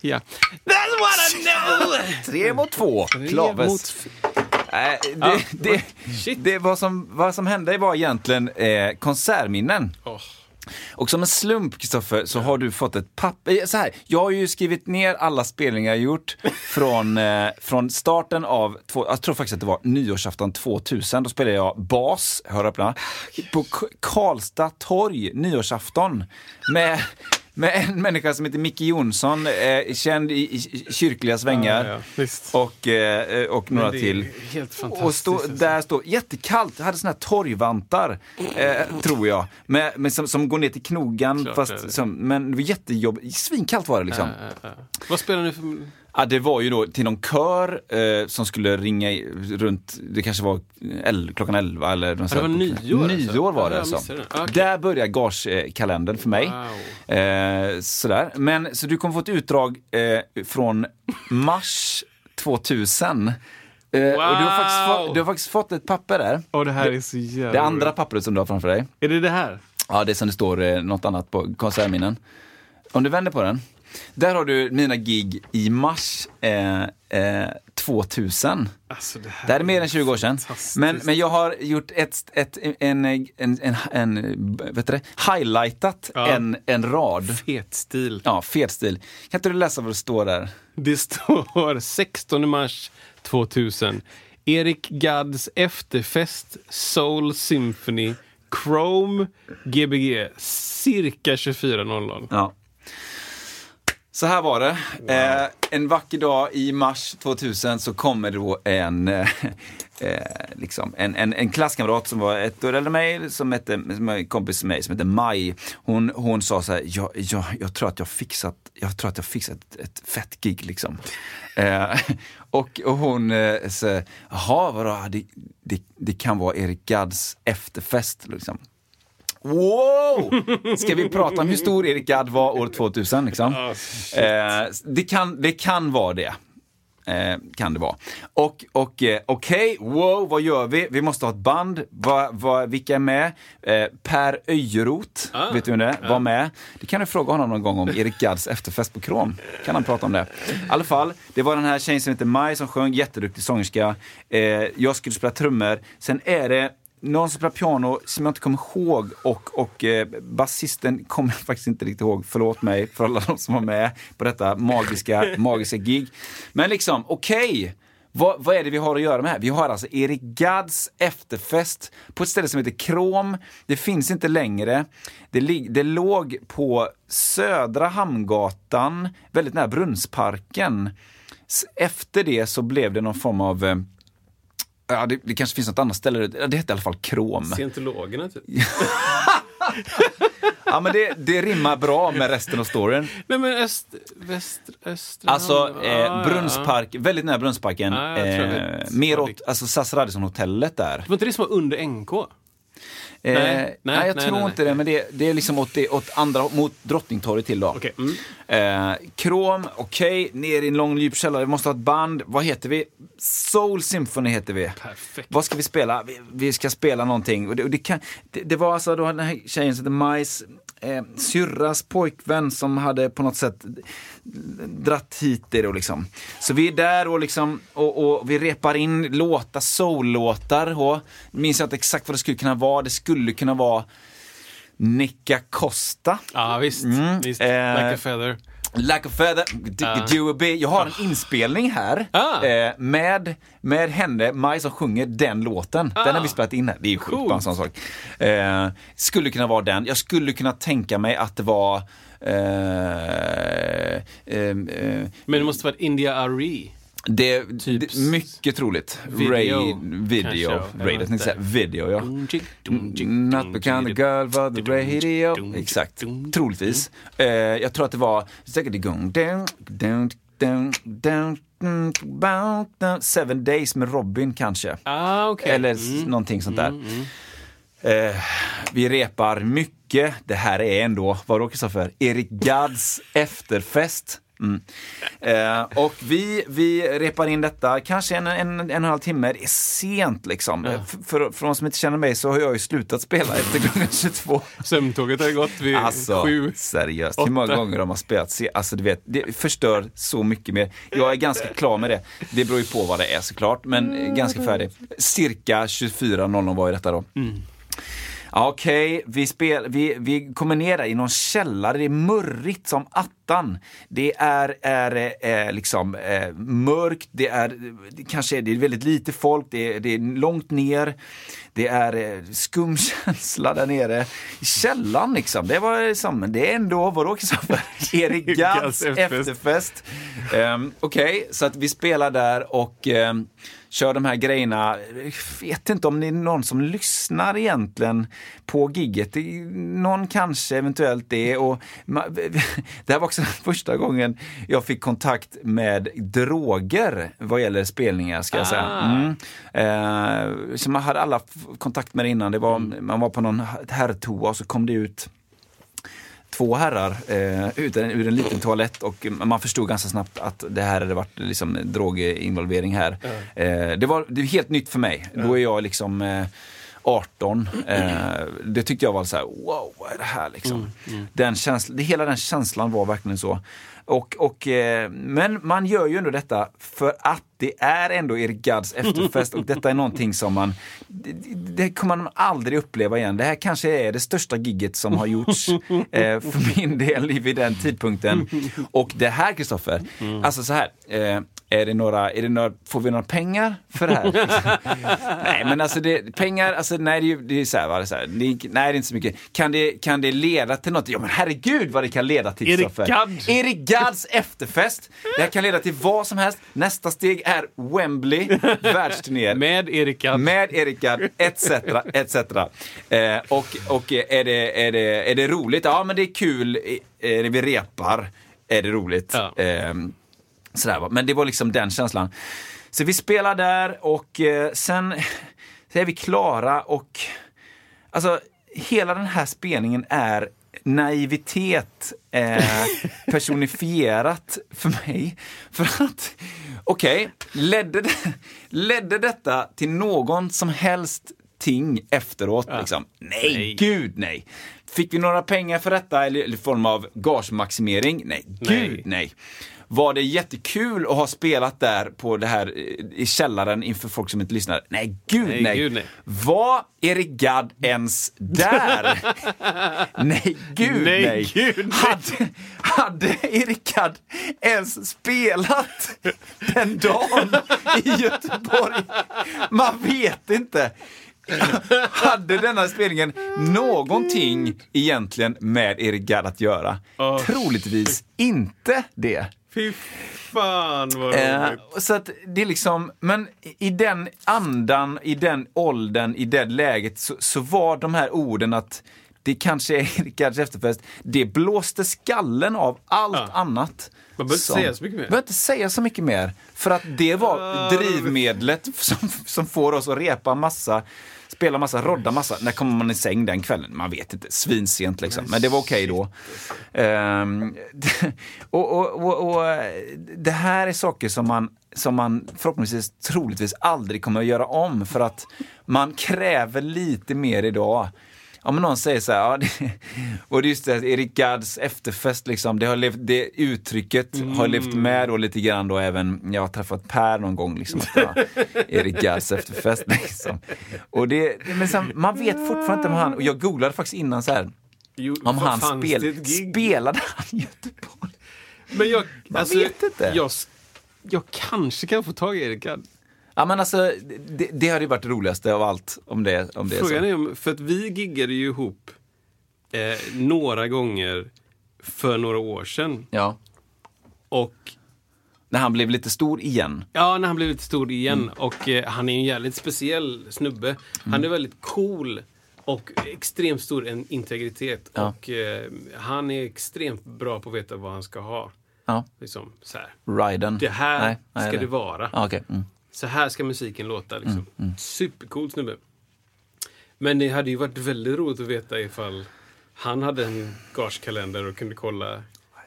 Speaker 2: Ja. That's what I know!
Speaker 3: Tre mot två. Klaves.
Speaker 2: Mot...
Speaker 3: Nej, det,
Speaker 2: Ja,
Speaker 3: det,
Speaker 2: shit.
Speaker 3: det vad, som, vad som hände var egentligen eh, konsertminnen.
Speaker 2: Oh.
Speaker 3: Och som en slump, Kristoffer, så har du fått ett papper. Så här, jag har ju skrivit ner alla spelningar jag gjort från, eh, från starten av, två, jag tror faktiskt att det var nyårsafton tvåtusen. Då spelade jag bas, hör öppna, på K- Karlstad torg, nyårsafton. Med... Med en människa som heter Micke Jonsson, eh, känd i, i kyrkliga svängar.
Speaker 2: Ja, ja, visst.
Speaker 3: Och, eh, och några
Speaker 2: det är
Speaker 3: till.
Speaker 2: helt fantastiskt,
Speaker 3: Och stå,
Speaker 2: alltså.
Speaker 3: där står jättekallt. Jag hade såna här torgvantar, eh, tror jag. Med, med, som, som går ner till knogan.
Speaker 2: Klart
Speaker 3: Fast,
Speaker 2: är det.
Speaker 3: som, men det var jättejobbigt. Svinkallt var det liksom.
Speaker 2: Äh, äh, äh. Vad spelar ni för...
Speaker 3: Ja, det var ju då till någon kör eh, som skulle ringa i, runt, det kanske var el, klockan elva eller något
Speaker 2: Ja, det var nyår,
Speaker 3: Nyår
Speaker 2: alltså.
Speaker 3: var det
Speaker 2: Ja, jag
Speaker 3: alltså.
Speaker 2: missade det. Ah, okej.
Speaker 3: Där börjar gage-kalendern för mig.
Speaker 2: Wow.
Speaker 3: Eh, sådär. Men så du kommer få ett utdrag eh, från mars tvåtusen. Eh,
Speaker 2: Wow.
Speaker 3: Och du har, faktiskt fått, du har faktiskt fått ett papper där.
Speaker 2: Åh, det här är så jävla...
Speaker 3: Det andra pappret som du har framför dig.
Speaker 2: Är det det här?
Speaker 3: Ja, det är som det står eh, något annat på konsertminnen. Om du vänder på den. Där har du mina gig i mars eh, eh, tvåtusen.
Speaker 2: Alltså, det här
Speaker 3: Det här är mer än tjugo år sedan.
Speaker 2: fantastiskt.
Speaker 3: Men, men jag har gjort ett, ett, en, en, en, en vet du det? Highlightat
Speaker 2: Ja.
Speaker 3: en, en rad.
Speaker 2: Fet stil.
Speaker 3: Ja, fet stil. Kan inte du läsa vad det står där?
Speaker 2: Det står sextonde mars tvåtusen. Erik Gadds efterfest Soul Symphony Chrome G B G cirka tjugofyra noll noll.
Speaker 3: Ja. Så här var det. Eh, en vacker dag i mars tvåtusen så kommer då en, eh, liksom, en, en, en klasskamrat som var ett år äldre än mig, som hette, som är en kompis med mig, som heter Maj. Hon, hon sa så här, jag, jag, jag tror att jag fixat, jag tror att jag fixat ett, ett fett gig liksom. eh, och, och hon eh, så, jaha, vadå, det, det, det kan vara Erik Gadds efterfest liksom. Wow! Ska vi prata om hur stor Erik Gadd var år tvåtusen liksom?
Speaker 2: Oh,
Speaker 3: eh, det, kan, det kan vara det. Eh, kan det vara. Och, och eh, okej, okay, wow, vad gör vi? Vi måste ha ett band. Va, va, vilka är med? Eh, Per Öjeroth,
Speaker 2: Ah,
Speaker 3: vet du vem det är?
Speaker 2: ja.
Speaker 3: Var med. Det kan du fråga honom någon gång om Erik Gadds efterfest på Krom. Kan han prata om det? I alla fall, det var den här tjejen som heter Maj som sjöng, jätteduktig sångerska. Eh, jag skulle spela trummor. Sen är det någon som spelar piano som jag inte kommer ihåg, och, och eh, basisten kommer jag faktiskt inte riktigt ihåg. Förlåt mig för alla de som var med på detta magiska, magiska gig. Men liksom, okej. Okay. Vad, vad är det vi har att göra med här? Vi har alltså Erik Gadds efterfest på ett ställe som heter Krom. Det finns inte längre. Det, li- det låg på Södra Hamngatan, väldigt nära Brunnsparken. S- Efter det så blev det någon form av... Eh, Ja, det, det kanske finns något annat ställe. Det heter i alla fall Krom.
Speaker 2: Scientologerna typ.
Speaker 3: Ja, men det, det rimmar bra med resten av storyn.
Speaker 2: Nej, men öst, väst, östra...
Speaker 3: Alltså, eh,
Speaker 2: Ah,
Speaker 3: Brunnspark, väldigt nära Brunnsparken.
Speaker 2: Ah, jag tror jag
Speaker 3: eh,
Speaker 2: vet.
Speaker 3: mer åt, alltså S A S Radisson-hotellet där.
Speaker 2: Det var inte det som var under N K?
Speaker 3: Eh,
Speaker 2: Nej,
Speaker 3: nej,
Speaker 2: nej,
Speaker 3: jag
Speaker 2: nej,
Speaker 3: tror
Speaker 2: nej,
Speaker 3: inte
Speaker 2: nej.
Speaker 3: det, men det, det är liksom åt, det, åt andra, mot Drottningtorget till då.
Speaker 2: Okej. Mm.
Speaker 3: Eh, Krom, okej, okay, ner i en lång djup källare, vi måste ha ett band. Vad heter vi? Soul Symphony heter vi.
Speaker 2: Perfekt.
Speaker 3: Vad ska vi spela? Vi, vi ska spela någonting. Och det, och det, kan, det, det var alltså då den här tjejen som heter Majs eh, syrras pojkvän som hade på något sätt dratt hit det då liksom. Så vi är där och liksom och, och vi repar in låtar, soul-låtar. Och minns jag inte exakt vad det skulle kunna vara. Det skulle kunna vara Nicka Costa.
Speaker 2: Ja, visst.
Speaker 3: Mm,
Speaker 2: visst.
Speaker 3: eh,
Speaker 2: Like a feather.
Speaker 3: Like a feather, d-
Speaker 2: Ah.
Speaker 3: do a bit. Jag har en inspelning här
Speaker 2: Ah.
Speaker 3: eh, med, med henne, Maj, som sjunger den låten. Den har vi spelat in här. Det är ju sjukt
Speaker 2: Coolt.
Speaker 3: bara en sån sak. Eh, skulle kunna vara den. Jag skulle kunna tänka mig att det var eh, eh, eh,
Speaker 2: Men det måste vara ett India Arie.
Speaker 3: det,
Speaker 2: Typ
Speaker 3: det mycket troligt.
Speaker 2: video,
Speaker 3: Ray, video.
Speaker 2: kanske,
Speaker 3: Radio, jag tänkte säga video, ja. Not become the girl for the radio. Exakt, troligtvis. Eh, jag tror att det var Seven Days med Robin kanske.
Speaker 2: Ah, okej.
Speaker 3: Eller
Speaker 2: Mm.
Speaker 3: någonting sånt där. Eh, vi repar mycket. Det här är ändå, vadå Kristoffer? Erik Gadds efterfest. Mm. Eh, och vi, vi repar in detta kanske en, en, en, en och en halv timme. Det är sent liksom.
Speaker 2: Ja.
Speaker 3: För, för, för de som inte känner mig så har jag ju slutat spela efter klockan tjugotvå.
Speaker 2: Sömntåget har gått vid
Speaker 3: Alltså,
Speaker 2: sju.
Speaker 3: seriöst.
Speaker 2: åtta.
Speaker 3: Hur många gånger de har spelat? Alltså du vet, det förstör så mycket mer. Jag är ganska klar med det. Det beror ju på vad det är såklart, men mm. ganska färdig. Cirka tjugofyra noll noll var ju detta då. Mm. Okej, okay, vi, spel, vi, vi kommer ner där i någon källare. Det är murrigt som attan. Det är, är, är liksom är mörkt. Det är, det kanske är, det är väldigt lite folk. Det är, det är långt ner. Det är skumkänsla där nere. I källan liksom. Det var liksom, det är ändå, vadå Kristoffer? Erik Gadds efterfest. Um, Okej, okay, så att vi spelar där och um, kör de här grejerna. Jag vet inte om det är någon som lyssnar egentligen på gigget. Någon kanske eventuellt det. Och det här var också första gången jag fick kontakt med droger vad gäller spelningar, ska jag säga. Mm. Eh, så man hade alla kontakt med det innan. Det var, mm. Man var på någon herrtoa och så kom det ut två herrar eh, ut ur en liten toalett och man förstod ganska snabbt att det här hade varit liksom droginvolvering här. Mm. Eh, det var det var helt nytt för mig. Mm. Då är jag liksom eh, arton. Eh, det tyckte jag var så här: wow, vad är det här liksom? Mm. Mm. Den känslan, det, hela den känslan var verkligen så. Och, och, eh, men man gör ju ändå detta för att det är ändå Erik Gadds efterfest och detta är någonting som man det, det kommer man aldrig uppleva igen. Det här kanske är det största gigget som har gjorts eh, för min del vid den tidpunkten. Och det här, Kristoffer, mm. alltså så här, eh, är det några, är det några, får vi några pengar för det här? Nej, men alltså det, pengar, alltså nej, det är, det är så här, va, det är så här, det är, nej, det är inte så mycket. Kan det, kan det leda till något? Ja, men herregud vad det kan leda till,
Speaker 2: Erik Gadd.
Speaker 3: Erik Gadds efterfest. Det här kan leda till vad som helst. Nästa steg är Wembley, världsturné.
Speaker 2: Med Erik Gadd.
Speaker 3: Med Erik Gadd, et cetera, et cetera. Eh, och och är, det, är, det, är det roligt? Ja, men det är kul. Eh, vi repar. Är det roligt? Ja. Eh, sådär, va? Men det var liksom den känslan. Så vi spelar där och eh, sen så är vi klara och alltså hela den här spelningen är naivitet eh, personifierat för mig. För att, okej, okay, ledde, det, ledde detta till någon som helst ting efteråt? Ja. Liksom? Nej, nej, gud nej. Fick vi några pengar för detta eller i form av gagemaximering? Nej, gud nej. nej. Var det jättekul att ha spelat där på det här i källaren inför folk som inte lyssnar? Nej, gud nej. nej. Gud, nej. Var Erik Gadd ens där? nej, gud nej. nej. Gud, nej. Hade, hade Erik Gadd ens spelat den dagen i Göteborg? Man vet inte. Hade denna spelningen någonting egentligen med Erik Gadd att göra? Oh. Troligtvis inte det.
Speaker 2: Fy fan vad roligt.
Speaker 3: Eh, så att det är liksom, men i den andan, i den åldern, i det läget så, så var de här orden att det kanske är Erik Gadds efterfest, det blåste skallen av allt ja. annat.
Speaker 2: Man behöver inte säga så mycket mer.
Speaker 3: Man behöver inte säga så mycket mer. För att det var drivmedlet som, som får oss att repa massa, spela massa, rodda massa. När kommer man i säng den kvällen? Man vet inte. Svinsent liksom. Men det var okej okay då. Um, och, och, och, och det här är saker som man, som man förhoppningsvis troligtvis aldrig kommer att göra om. För att man kräver lite mer idag. Om någon säger så här, ja, det, och det är just det, Erik Gadds efterfest liksom, det har levt, det uttrycket mm. har levt med och lite grann då även, jag har träffat Per någon gång liksom, ja, Erik Gadds efterfest liksom. Och det, men sen, man vet fortfarande inte om han, och jag googlade faktiskt innan så här, jo, om han spel, spelade han i Göteborg.
Speaker 2: Men jag,
Speaker 3: man
Speaker 2: alltså,
Speaker 3: vet inte.
Speaker 2: Jag, jag kanske kan få tag i Erik Gadd.
Speaker 3: Ja, men alltså, det, det hade ju varit det roligaste av allt om det, om det
Speaker 2: Frågan
Speaker 3: är så.
Speaker 2: är om, för att vi giggade ju ihop eh, några gånger för några år sedan.
Speaker 3: Ja.
Speaker 2: Och
Speaker 3: när han blev lite stor igen.
Speaker 2: Ja, när han blev lite stor igen. Mm. Och eh, han är en jävligt speciell snubbe. Mm. Han är väldigt cool och extremt stor en integritet. Ja. Och eh, han är extremt bra på att veta vad han ska ha.
Speaker 3: Ja.
Speaker 2: Liksom så här.
Speaker 3: Riden.
Speaker 2: Det här
Speaker 3: nej, nej,
Speaker 2: ska
Speaker 3: nej.
Speaker 2: det vara.
Speaker 3: Ah, okay. mm.
Speaker 2: Så här ska musiken låta liksom.
Speaker 3: Mm, mm.
Speaker 2: Supercool snubbe. Men det hade ju varit väldigt roligt att veta ifall han hade en gagekalender och kunde kolla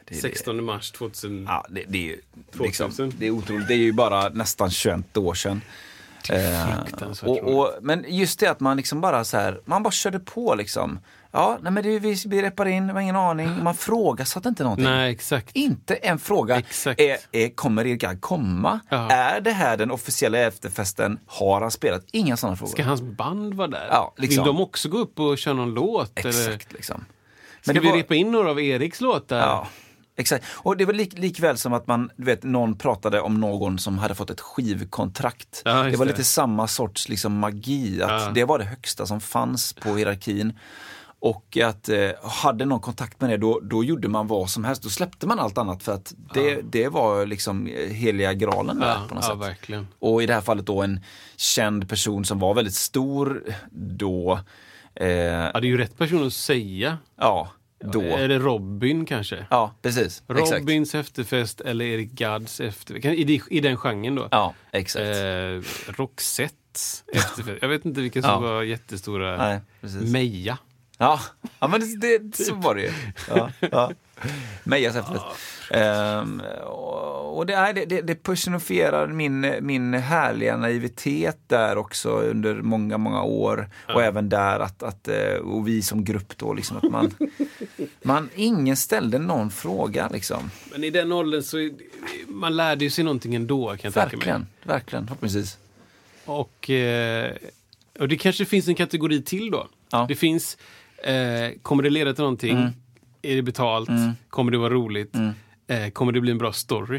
Speaker 3: det är
Speaker 2: sextonde mars tvåtusen.
Speaker 3: Ja, det, det är ju
Speaker 2: tvåtusen.
Speaker 3: liksom, det är otroligt. Det är ju bara nästan tjugoett år sedan. Eh, och, och, men just det att man liksom bara så här, man bara körde på liksom. Ja, nej men det, vi, vi reparerar in, det var ingen aning. Man frågasatte inte någonting.
Speaker 2: Nej, exakt.
Speaker 3: Inte en fråga.
Speaker 2: Exakt.
Speaker 3: Är, är, kommer Erik Gadd komma?
Speaker 2: Ja.
Speaker 3: Är det här den officiella efterfesten? Har han spelat? Inga sådana frågor.
Speaker 2: Ska hans band vara där?
Speaker 3: Ja, liksom.
Speaker 2: Vill de också gå upp och köra någon låt?
Speaker 3: Exakt,
Speaker 2: eller?
Speaker 3: liksom.
Speaker 2: Ska
Speaker 3: Men
Speaker 2: vi
Speaker 3: var...
Speaker 2: repa in några av Eriks låtar?
Speaker 3: Ja, exakt. Och det var lik, likväl som att man, du vet, någon pratade om någon som hade fått ett skivkontrakt.
Speaker 2: Ja,
Speaker 3: det var
Speaker 2: det.
Speaker 3: lite samma sorts liksom magi. Att
Speaker 2: Ja.
Speaker 3: det var det högsta som fanns på hierarkin. Och att eh, hade någon kontakt med det, då, då gjorde man vad som helst. Då släppte man allt annat för att det,
Speaker 2: Ja.
Speaker 3: det var liksom heliga graalen där
Speaker 2: Ja,
Speaker 3: på något
Speaker 2: ja,
Speaker 3: sätt.
Speaker 2: verkligen.
Speaker 3: Och i det här fallet då en känd person som var väldigt stor då. Eh,
Speaker 2: Ja, det är ju rätt person att säga.
Speaker 3: ja, då.
Speaker 2: Är det Robin kanske?
Speaker 3: Ja, precis. Exakt.
Speaker 2: Robins efterfest eller Erik Gadds efterfest. I, de- I den genren då.
Speaker 3: Ja, exakt.
Speaker 2: Eh, Roxettes efterfest. Jag vet inte vilka som
Speaker 3: Ja.
Speaker 2: var jättestora.
Speaker 3: Nej, precis.
Speaker 2: Meja.
Speaker 3: Ja, ja men det, det, så var det ju. Ja, ja. Mejas efterfest. Ehm, och och det, är, det, det personifierar min, min härliga naivitet där också under många, många år. Och även där att, att och vi som grupp då liksom att man, man ingen ställde någon fråga liksom.
Speaker 2: Men i den åldern så man lärde ju sig någonting ändå, kan jag tänka mig.
Speaker 3: Verkligen, verkligen, förhoppningsvis.
Speaker 2: Och, eh, och det kanske finns en kategori till då.
Speaker 3: Ja.
Speaker 2: Det finns, eh, kommer det leda till någonting?
Speaker 3: Mm.
Speaker 2: Är det betalt?
Speaker 3: Mm.
Speaker 2: Kommer det vara roligt?
Speaker 3: Mm.
Speaker 2: Eh, kommer det bli en bra story?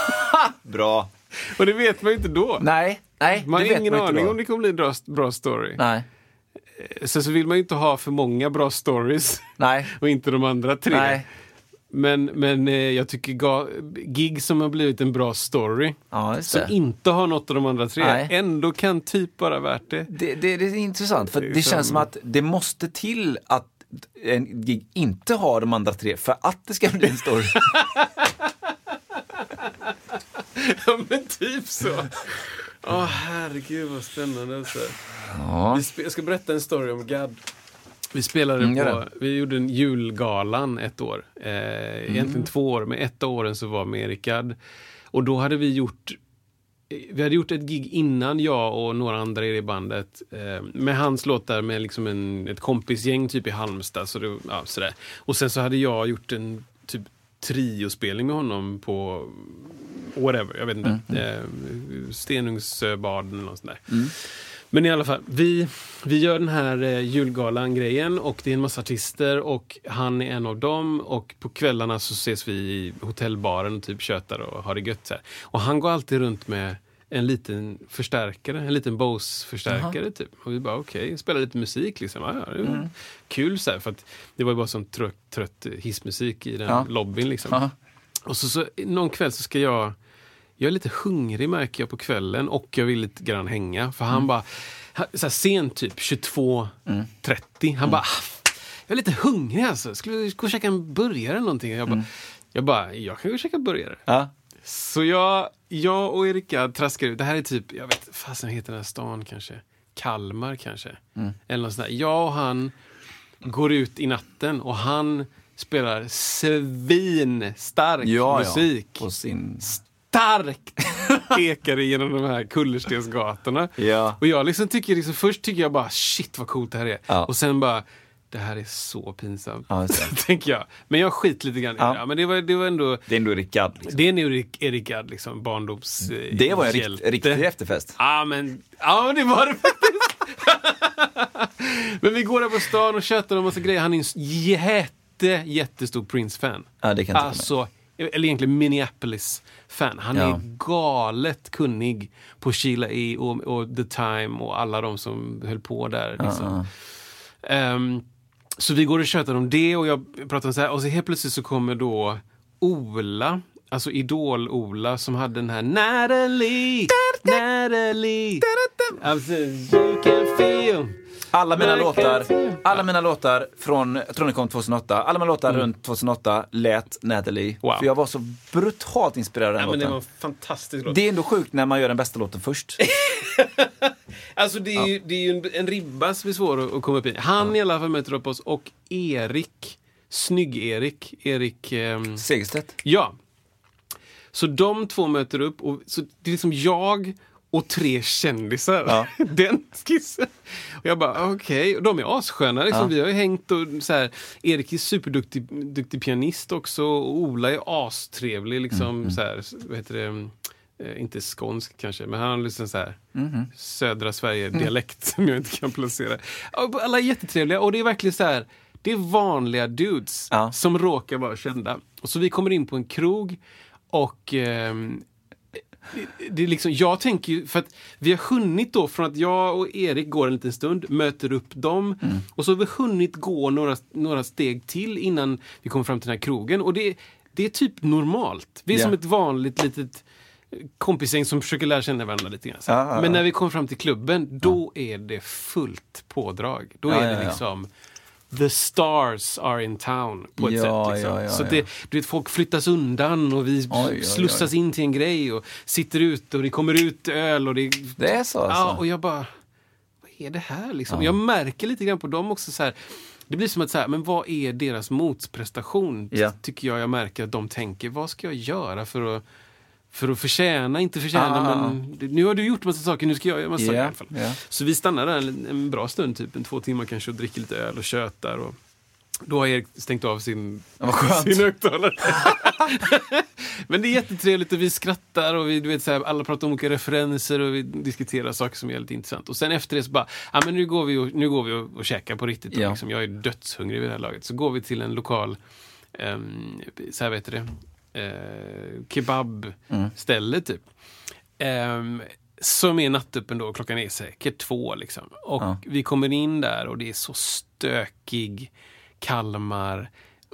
Speaker 3: Bra.
Speaker 2: Och det vet man ju inte då.
Speaker 3: Nej, nej.
Speaker 2: Man
Speaker 3: det
Speaker 2: har
Speaker 3: vet
Speaker 2: ingen
Speaker 3: man inte
Speaker 2: aning
Speaker 3: då.
Speaker 2: om det kommer bli en bra, bra story.
Speaker 3: Nej,
Speaker 2: Sen så vill man ju inte ha för många bra stories
Speaker 3: nej,
Speaker 2: och inte de andra tre.
Speaker 3: nej.
Speaker 2: Men, men eh, jag tycker ga, gig som har blivit en bra story
Speaker 3: Ja, just
Speaker 2: som
Speaker 3: det.
Speaker 2: inte har något av de andra tre
Speaker 3: Nej.
Speaker 2: ändå kan typ vara värt det.
Speaker 3: Det, det, det är intressant, för
Speaker 2: Det är
Speaker 3: det
Speaker 2: som-
Speaker 3: känns som att det måste till att en gig inte har de andra tre för att det ska bli en story.
Speaker 2: Ja, men typ så. Åh, herregud vad spännande alltså.
Speaker 3: Ja.
Speaker 2: Vi spe- jag ska berätta en story om Gadd. Vi spelade
Speaker 3: Mm, gör
Speaker 2: på,
Speaker 3: det.
Speaker 2: vi gjorde en julgalan ett år. Eh, egentligen
Speaker 3: Mm.
Speaker 2: två år, men ett av åren så var med Erik Gadd. Och då hade vi gjort, vi hade gjort ett gig innan, jag och några andra i det bandet. Eh, med hans låtar med liksom en, ett kompisgäng typ i Halmstad. Så det, ja, sådär. Och sen så hade jag gjort en typ triospelning med honom på whatever, jag vet inte.
Speaker 3: Mm.
Speaker 2: Eh, Stenungsbaden eller något sånt där. Mm. Men i alla fall, vi, vi gör den här eh, julgalan-grejen och det är en massa artister och han är en av dem och på kvällarna så ses vi i hotellbaren och typ tjötar och har det gött så här. Och han går alltid runt med en liten förstärkare, en liten Bose-förstärkare typ. Och vi bara okej, okay, spelar lite musik liksom. Ja, ja, det är mm. kul så här, för att det var ju bara sån trött, trött hissmusik i den
Speaker 3: Ja.
Speaker 2: lobbyn liksom.
Speaker 3: Aha.
Speaker 2: Och så, så någon kväll så ska jag Jag är lite hungrig märker jag på kvällen och jag vill lite grann hänga. För han
Speaker 3: Mm.
Speaker 2: bara, så här, sent typ tjugotvå trettio. Han bara, jag är lite hungrig alltså. Skulle vi gå och käka en burgare eller någonting? Jag bara,
Speaker 3: Mm.
Speaker 2: jag, bara jag kan gå och käka burgare.
Speaker 3: Ja.
Speaker 2: Så jag, jag och Erika traskar ut. Det här är typ, jag vet fasen heter den här stan kanske. Kalmar kanske.
Speaker 3: Mm.
Speaker 2: Eller något sånt där. Jag och han går ut i natten och han spelar svinstark
Speaker 3: Ja,
Speaker 2: musik.
Speaker 3: ja. På sin...
Speaker 2: Starkt ekar genom de här kullerstensgatorna.
Speaker 3: Ja.
Speaker 2: Och jag liksom tycker, liksom, först tycker jag bara shit vad coolt det här är.
Speaker 3: Ja.
Speaker 2: Och sen bara, det här är så pinsamt.
Speaker 3: Ja, just det.
Speaker 2: tänker jag. Men jag skit lite grann i
Speaker 3: Ja.
Speaker 2: det. Ja, men det var, det var ändå,
Speaker 3: Det är ändå Erik Gadd. Liksom.
Speaker 2: det är nu Erik, Erik Gadd, liksom, barndoms eh,
Speaker 3: Det var en rikt,
Speaker 2: hjälte.
Speaker 3: riktig efterfest.
Speaker 2: Ja, men, ja, det var det faktiskt. Men vi går där på stan och tjötar om massa grejer. Han är en jätte, jättestor Prince-fan.
Speaker 3: Ja, det kan jag tänka mig.
Speaker 2: Alltså, eller egentligen Minneapolis-fan. Han
Speaker 3: Ja.
Speaker 2: är galet kunnig på Sheila E. och, och The Time och alla de som höll på där. Liksom. Um, så vi går och tjötar om det och jag pratar om så här. Och så helt plötsligt så kommer då Ola, alltså Idol-Ola som hade den här Natalie, Natalie, alltså, you can feel.
Speaker 3: Alla mina
Speaker 2: Men-
Speaker 3: låtar, alla mina låtar från, jag tror den kom tjugohundraåtta, alla mina låtar
Speaker 2: Mm.
Speaker 3: runt tjugohundraåtta lät Natalie.
Speaker 2: Wow.
Speaker 3: För jag var så brutalt inspirerad av den
Speaker 2: Ja, men det
Speaker 3: låten.
Speaker 2: var en fantastisk låt.
Speaker 3: Det är ändå sjukt när man gör den bästa låten först.
Speaker 2: Alltså det är ju, det är ju en, en ribba som är svår att, att komma upp i. Han i alla fall möter upp oss och Erik Snygg-Erik. Erik... Ehm,
Speaker 3: Segerstedt.
Speaker 2: Ja. Så de två möter upp och så det är liksom jag och tre kändisar. Ja. Den skissen. Och jag bara, okej. Okay. De är assköna. Liksom. Ja. Vi har ju hängt och så här. Erik är superduktig duktig pianist också. Och Ola är astrevlig. Liksom, mm. så här, vad heter det? Eh, inte skånsk kanske, men han har liksom så här mm. södra Sverige-dialekt mm. som jag inte kan placera. Alla är jättetrevliga. Och det är verkligen så här, det är vanliga dudes ja. som råkar vara kända. Och så vi kommer in på en krog och... Eh, det är liksom, jag tänker ju, för att vi har hunnit då från att jag och Erik går en liten stund, möter upp dem mm. och så har vi hunnit gå några, några steg till innan vi kommer fram till den här krogen och det, det är typ normalt. Vi är yeah. som ett vanligt litet kompisgäng som försöker lära känna varandra lite grann. Ah, ah, Men när vi kommer fram till klubben, då ah. är det fullt pådrag. Då är ah, det ja, liksom the stars are in town på ett ja, sätt. Liksom. Ja, ja, så det, du vet, folk flyttas undan och vi oj, slussas oj, oj. in till en grej och sitter ute och det kommer ut öl. Och det,
Speaker 3: det är så alltså.
Speaker 2: Ja, och jag bara, vad är det här liksom? Ja. Jag märker lite grann på dem också så här. Det blir som att så här, men vad är deras motprestation? Ja. Tycker jag jag märker att de tänker, vad ska jag göra för att För att förtjäna, inte förtjäna, ah. men nu har du gjort massa saker, nu ska jag göra massa yeah, saker i alla fall. Yeah. Så vi stannar där en, en bra stund, typ en två timmar kanske, och dricker lite öl och tjötar. Och då har Erik stängt av sin, sin högtalare. Men det är jättetrevligt och vi skrattar och vi, du vet, så här, alla pratar om olika referenser och vi diskuterar saker som är lite intressant. Och sen efter det så bara, ja men nu går vi och, nu går vi och, och käkar på riktigt. Och, yeah. liksom, jag är dödshungrig vid det här laget. Så går vi till en lokal, um, så här vet du det, Eh, kebabställe mm. typ eh, som är nattöppen då, klockan är säkert två liksom. Och ja. vi kommer in där och det är så stökig Kalmar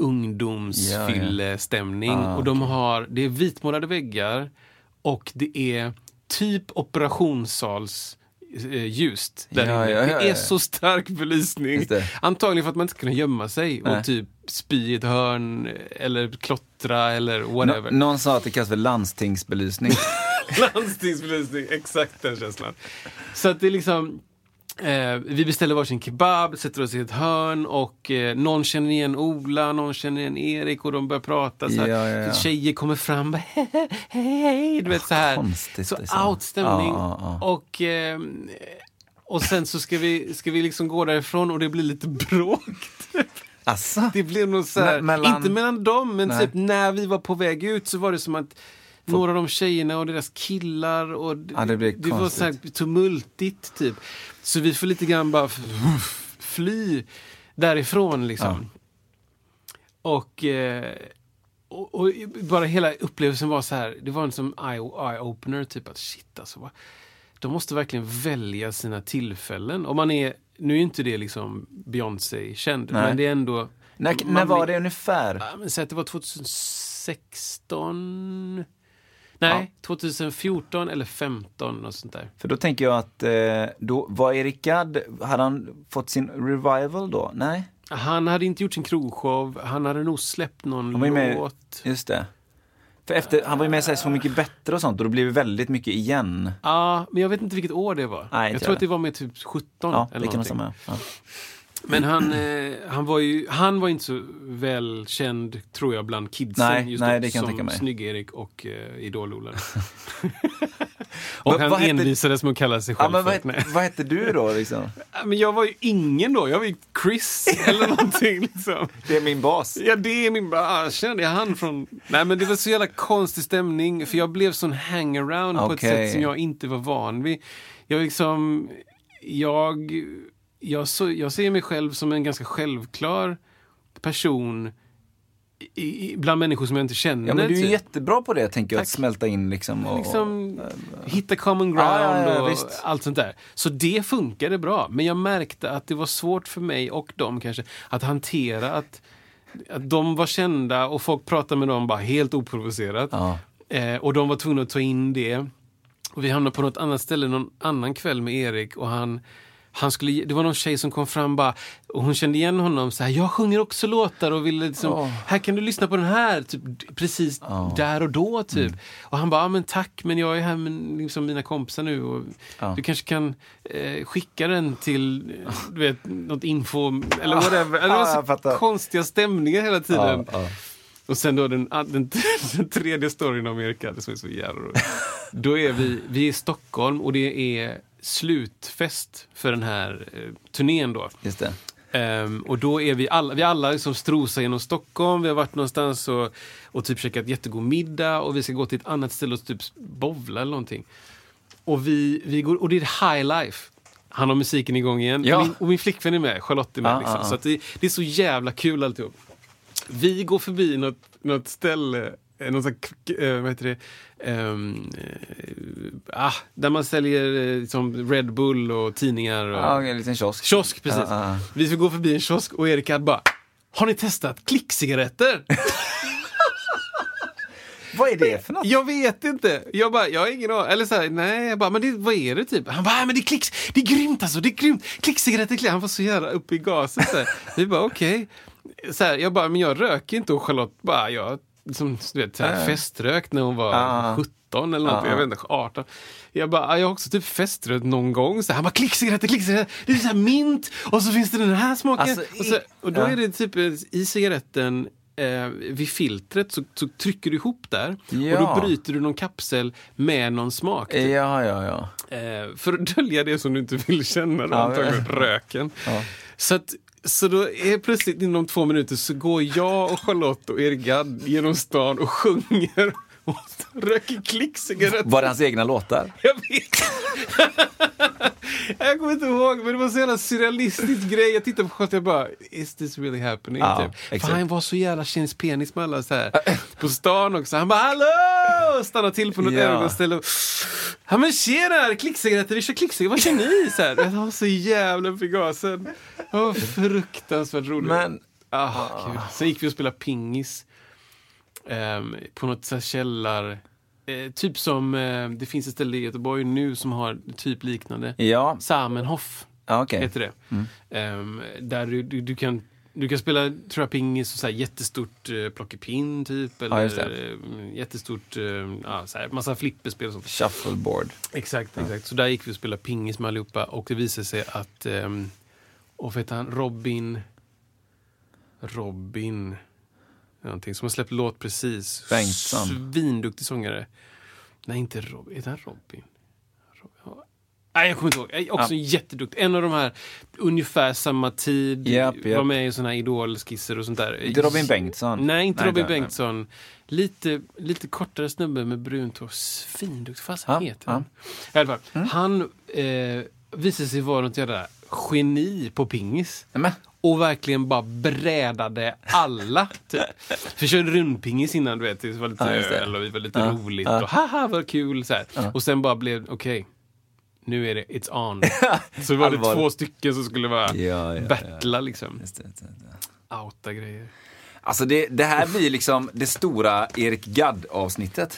Speaker 2: ungdomsfyllestämning ja, ja. ah, och de har, det är vitmålade väggar och det är typ operationssals ljust där ja, ja, ja, ja. Det är så stark belysning. Antagligen för att man inte kan gömma sig Nej. och typ spy i ett hörn eller klottra eller whatever.
Speaker 3: Nå- någon sa att det kallas för landstingsbelysning.
Speaker 2: Landstingsbelysning, exakt den känslan. Så att det är liksom eh, vi beställer varsin kebab, sätter oss i ett hörn och eh, någon känner igen Ola, någon känner igen Erik och de börjar prata så här. Ja, ja, ja. Tjejer kommer fram hej, hej, du vet så här.
Speaker 3: Konstigt,
Speaker 2: så outstämning ja, ja, ja. och eh, och sen så ska vi ska vi liksom gå därifrån och det blir lite bråk.
Speaker 3: Asså?
Speaker 2: Det blev nog så här, mellan... inte mellan dem, men typ när vi var på väg ut så var det som att några av de tjejerna och deras killar och
Speaker 3: ja, det,
Speaker 2: det var så här tumultigt typ. Så vi får lite grann bara fly därifrån liksom. Ja. Och, och, och bara hela upplevelsen var så här, det var en som eye-opener typ att shit alltså, de måste verkligen välja sina tillfällen. Och man är, nu är inte det liksom Beyoncé känd, Nej. men det är ändå...
Speaker 3: När, när var det ungefär?
Speaker 2: Ja, men så att det var tjugohundrasexton... Nej, ja. tjugohundrafjorton eller femton och sånt där.
Speaker 3: För då tänker jag att eh, då var Erik Gadd, hade han fått sin revival då? Nej?
Speaker 2: Han hade inte gjort sin krogshow, han hade nog släppt någon låt.
Speaker 3: Med, just det. För efter, han var ju med sig Så mycket bättre och sånt och då blev det väldigt mycket igen.
Speaker 2: Ja, men jag vet inte vilket år det var. Nej, jag tror det. att det var med typ sjutton
Speaker 3: ja,
Speaker 2: eller någonting.
Speaker 3: Ja.
Speaker 2: Men han, eh, han var ju han var inte så välkänd, tror jag, bland kidsen
Speaker 3: nej,
Speaker 2: just
Speaker 3: nej,
Speaker 2: då,
Speaker 3: det kan
Speaker 2: som
Speaker 3: mig.
Speaker 2: Snygg-Erik och eh, Idol-Ola. Och han envisades med att kalla sig själv.
Speaker 3: Ja, men vad, het, vad hette du då liksom?
Speaker 2: Men jag var ju ingen då, jag var ju Chris eller någonting liksom.
Speaker 3: Det är min bas.
Speaker 2: Ja, det är min bas. Kände jag han från... Nej, men det var så jävla konstig stämning, för jag blev sån hangaround okay. på ett sätt som jag inte var van vid. Jag liksom... Jag... Jag, så, jag ser mig själv som en ganska självklar person i, i, bland människor som jag inte känner.
Speaker 3: Ja, men du är typ. jättebra på det, tänker jag, Tack. att smälta in liksom. Och,
Speaker 2: liksom och, hitta common ground ah, ja, ja, och visst. allt sånt där. Så det funkade bra. Men jag märkte att det var svårt för mig och dem kanske att hantera att, att de var kända och folk pratade med dem bara helt oprovocerat. Ah. Eh, och de var tvungna att ta in det. Och vi hamnade på något annat ställe någon annan kväll med Erik och han han skulle, det var någon tjej som kom fram bara, och hon kände igen honom så här, jag sjunger också låtar och ville liksom, oh. här kan du lyssna på den här typ, precis oh. där och då typ. Mm. Och han bara, ja, men tack, men jag är här med liksom, mina kompisar nu och oh. du kanske kan eh, skicka den till du vet, något info eller whatever. Oh. Det var så oh, konstiga stämningar hela tiden. Oh. Oh. Och sen då den, den, den tredje storyn om Erik Gadd som är så jävla roligt. Då är vi, vi är i Stockholm och det är slutfest för den här eh, turnén då.
Speaker 3: Just det.
Speaker 2: Um, och då är vi alla, vi alla liksom strosar genom Stockholm. Vi har varit någonstans och, och typ käkat jättegod middag och vi ska gå till ett annat ställe och typ bowla eller någonting. Och vi, vi går, och det är high life. Han har musiken igång igen.
Speaker 3: Ja.
Speaker 2: Och, min, och min flickvän är med, Charlotte är med.
Speaker 3: Ah,
Speaker 2: liksom.
Speaker 3: ah, ah.
Speaker 2: Så att det, det är så jävla kul alltihop. Vi går förbi något, något ställe, något sånt, äh, vad heter det? Um, äh, ah, där man säljer liksom Red Bull och tidningar. Och,
Speaker 3: ja, en liten kiosk.
Speaker 2: Kiosk, precis.
Speaker 3: Ah, ah.
Speaker 2: Vi ska gå förbi en kiosk och Erik Gadd bara, har ni testat klickcigaretter?
Speaker 3: Vad är det för något?
Speaker 2: Jag vet inte. Jag bara, jag har ingen aning. Eller så här, nej, jag bara, men det, vad är det typ? Han bara, men det är klicks, det är grymt alltså, det är grymt. Klickcigaretter, klick. Han var så jävla uppe i gasen så här. Vi bara, okej. Okay. Så här, jag bara, men jag röker inte och Charlotte bara, jag som du vet, så här, feströkt när hon var ah. sjutton eller något, ah. jag vet inte, arton. Jag bara, jag har också typ feströkt någon gång. Så här, han bara, klickcigaretter, klickcigaretter. Det är så här mint och så finns det den här smaken. Alltså, och, så, och då ja. är det typ i cigaretten eh, vid filtret så, så trycker du ihop där ja. och då bryter du någon kapsel med någon smak. Typ.
Speaker 3: Ja, ja, ja.
Speaker 2: Eh, för att dölja det som du inte vill känna då, ja, antagligen ja. röken. Ja. Så att Så då är plötsligt inom två minuter så går jag och Charlotte och Erik Gadd genom stan och sjunger och röker klickcigaretter.
Speaker 3: Var det hans egna låtar?
Speaker 2: Jag vet. Jag kommer inte ihåg, men det var så jävla surrealistisk grej. Jag tittade på Charlotte och jag bara, is this really happening?
Speaker 3: Ja,
Speaker 2: typ. För han var så jävla känns penis med alla så här på stan också. Han bara, hallå! Stannar till på något ja. ögonställe och, ja men tjena, klickcigaretter, vi kör klickcigaretter, vad kör ni? Så här, det var så jävla på gasen. Det var fruktansvärt roligt.
Speaker 3: Men,
Speaker 2: ah, Gud. Sen gick vi och spelade pingis um, på något så här källar. Eh, typ som, eh, det finns ett ställe i Göteborg nu som har typ liknande.
Speaker 3: Ja.
Speaker 2: Samenhof
Speaker 3: ah, okay.
Speaker 2: heter det. Mm. Um, där du, du, du kan Du kan spela, tror jag, pingis och så här jättestort eh, plockepinn typ. Eller
Speaker 3: ja,
Speaker 2: eh, jättestort, eh, ja, så här, massa flipperspel och sånt.
Speaker 3: Shuffleboard.
Speaker 2: Exakt, ja. exakt. Så där gick vi och spelade pingis med allihopa. Och det visade sig att, eh, och vet han, Robin, Robin, någonting som har släppt låt precis.
Speaker 3: Bengtsson.
Speaker 2: Svinduktig sångare. Nej, inte Robin. Är det Robin? Robin? Nej, jag kommer inte ihåg. Jag är också ja. jätteduktig. En av de här ungefär samma tid
Speaker 3: yep, yep.
Speaker 2: var med i såna här idolskisser och sånt där.
Speaker 3: Inte Robin Bengtsson.
Speaker 2: Nej, inte
Speaker 3: nej,
Speaker 2: Robin
Speaker 3: nej,
Speaker 2: Bengtsson. Nej. Lite, lite kortare snubbe med brunt hår. Svinduktig. Fast han
Speaker 3: ja,
Speaker 2: heter
Speaker 3: ja.
Speaker 2: han. I alla fall. Mm. Han eh, visade sig vara något jävla geni på pingis.
Speaker 3: Mm.
Speaker 2: Och verkligen bara brädade alla. Typ. Vi körde rundpingis innan, du vet. Det var lite ja, öl och vi var lite ja, roligt. Ja. Och haha, vad kul. Så här. Ja. Och sen bara blev, okej. Okay, nu är det it's on. Så var det två stycken som skulle vara ja, ja, battla liksom.
Speaker 3: Just det, just det.
Speaker 2: Outa grejer.
Speaker 3: Alltså det, det här blir liksom det stora Erik Gadd-avsnittet.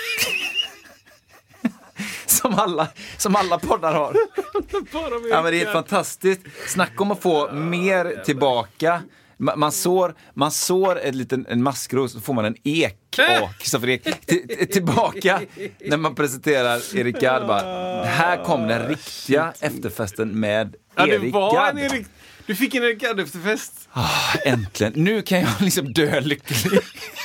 Speaker 3: som, alla, som alla poddar har. Ja, men det är helt fantastiskt. Snacka om att få mer tillbaka. Man, man sår, man sår ett liten, en maskros så får man en ek. Åh, Kristoffer Ek. T- tillbaka när man presenterar Erik Gadd. Bara, här kom den riktiga efterfesten med ja, Erik Gadd.
Speaker 2: Erik, du fick en Erik Gadd efterfest.
Speaker 3: Oh, äntligen. Nu kan jag liksom dö lycklig.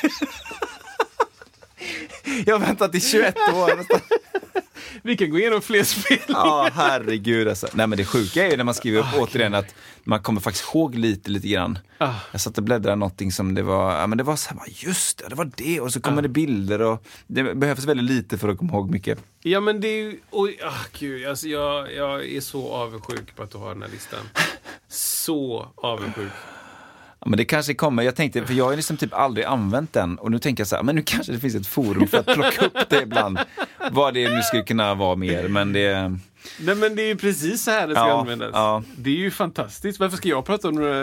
Speaker 3: Jag har väntat i tjugoett år.
Speaker 2: Vi kan gå igenom fler spel.
Speaker 3: Ja, oh, herregud alltså. Nej, men det sjuka är ju när man skriver upp oh, återigen att man kommer faktiskt ihåg lite, lite grann. Ah. Jag satt och bläddrade någonting som det var, ja men det var så här, just det, det var det. Och så kommer ah. det bilder och det behövs väldigt lite för att komma ihåg mycket.
Speaker 2: Ja, men det är ju, oj, ah, gud, alltså jag, jag är så avundsjuk på att du har den här listan. Så avundsjuk.
Speaker 3: Ja, men det kanske kommer, jag tänkte, för jag har liksom typ aldrig använt den och nu tänker jag så här, men nu kanske det finns ett forum för att plocka upp det ibland. Vad det nu skulle kunna vara mer, men det...
Speaker 2: Nej, men det är ju precis så här det ska
Speaker 3: ja,
Speaker 2: användas.
Speaker 3: Ja.
Speaker 2: Det är ju fantastiskt. Varför ska jag prata om några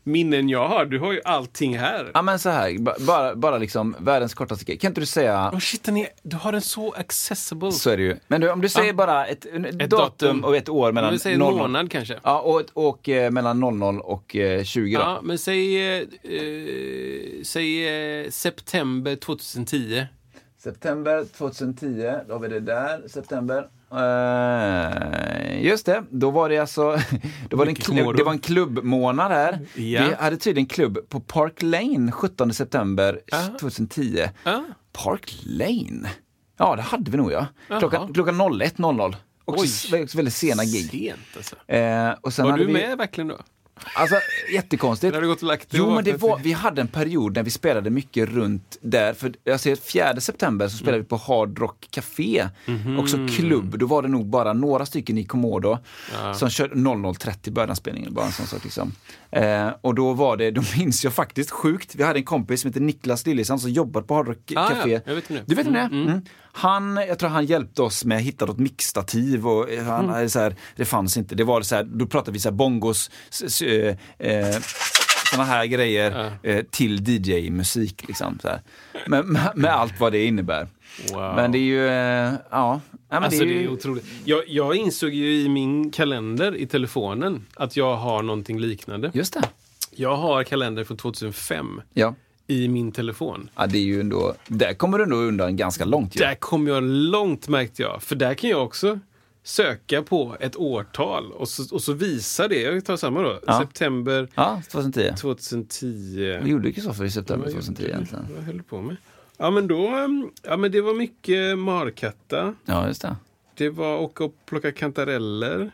Speaker 2: minnen jag har. Du har ju allting här.
Speaker 3: Ja, men så här, b- bara, bara liksom världens kortaste grej. Kan inte du säga...
Speaker 2: Oh shit, den är, du har den så accessible.
Speaker 3: Så är det ju. Men du, om du säger
Speaker 2: Ja.
Speaker 3: bara ett, ett,
Speaker 2: Ett
Speaker 3: datum,
Speaker 2: datum
Speaker 3: och ett år mellan
Speaker 2: Vi säger en
Speaker 3: noll noll
Speaker 2: månad kanske.
Speaker 3: Ja, och, och eh, mellan noll noll och eh, tjugo då.
Speaker 2: Ja, men säg, eh, eh, säg eh, september tjugohundratio.
Speaker 3: September tjugohundratio, då har vi det där, september. Uh, just det, då var det alltså då var det, en klubb, det var en klubbmånad här.
Speaker 2: Ja.
Speaker 3: Vi hade tydligen klubb på Park Lane sjuttonde september
Speaker 2: Ja.
Speaker 3: tjugohundratio.
Speaker 2: Ja.
Speaker 3: Park Lane? Ja, det hade vi nog, ja. Klockan, klockan noll ett noll noll. Också
Speaker 2: Oj.
Speaker 3: s- väldigt sena gig.
Speaker 2: Sent alltså.
Speaker 3: Uh, och sen
Speaker 2: Var
Speaker 3: hade
Speaker 2: du
Speaker 3: vi,
Speaker 2: med verkligen då?
Speaker 3: Alltså, jättekonstigt.
Speaker 2: När du gått och lagt dig
Speaker 3: Jo,
Speaker 2: och
Speaker 3: men det
Speaker 2: vaknat
Speaker 3: var,
Speaker 2: till-
Speaker 3: vi hade en period när vi spelade mycket runt där. För jag ser fjärde september så spelade vi på Hard Rock Café.
Speaker 2: Mhm.
Speaker 3: Också klubb. Då var det nog bara några stycken i Komodo som körde noll noll trettio början spelningen. Bara en sån sak liksom. Eh, och då var det, då minns jag faktiskt sjukt. Vi hade en kompis som heter Niklas Lillisson som jobbade på Hard Rock
Speaker 2: Ah,
Speaker 3: Café.
Speaker 2: ja, jag vet inte.
Speaker 3: Du vet om det?
Speaker 2: Mm, mm.
Speaker 3: Mm. Han, jag tror han hjälpte oss med att hitta något mixtativ och han,
Speaker 2: Mm.
Speaker 3: så här, det fanns inte. Det var så här, då pratade vi så här bongos, s- s- eh, eh, såna här grejer eh, till D J-musik liksom så här. Med, med, med allt vad det innebär.
Speaker 2: Wow.
Speaker 3: Men det är ju, eh, ja. ja men
Speaker 2: Alltså
Speaker 3: det är
Speaker 2: det är
Speaker 3: ju,
Speaker 2: otroligt. Jag, jag insåg ju i min kalender i telefonen att jag har någonting liknande.
Speaker 3: just det.
Speaker 2: Jag har kalender från tjugohundrafem
Speaker 3: Ja.
Speaker 2: i min telefon.
Speaker 3: Ja, det är ju ändå, där kommer du ändå undan ganska långt ju.
Speaker 2: Där kom jag långt, märkte jag. För där kan jag också söka på ett årtal och så, och så visar det. Jag tar samma då.
Speaker 3: Ja.
Speaker 2: September
Speaker 3: Ja, tjugohundratio.
Speaker 2: tjugohundratio.
Speaker 3: Vad gjorde Kristoffer i september
Speaker 2: Vad gjorde
Speaker 3: tjugohundratio
Speaker 2: du?
Speaker 3: egentligen?
Speaker 2: Vad höll du på med? Ja, men då... um, Ja, men det var mycket markatta.
Speaker 3: Ja, just det.
Speaker 2: Det var åka och plocka kantareller.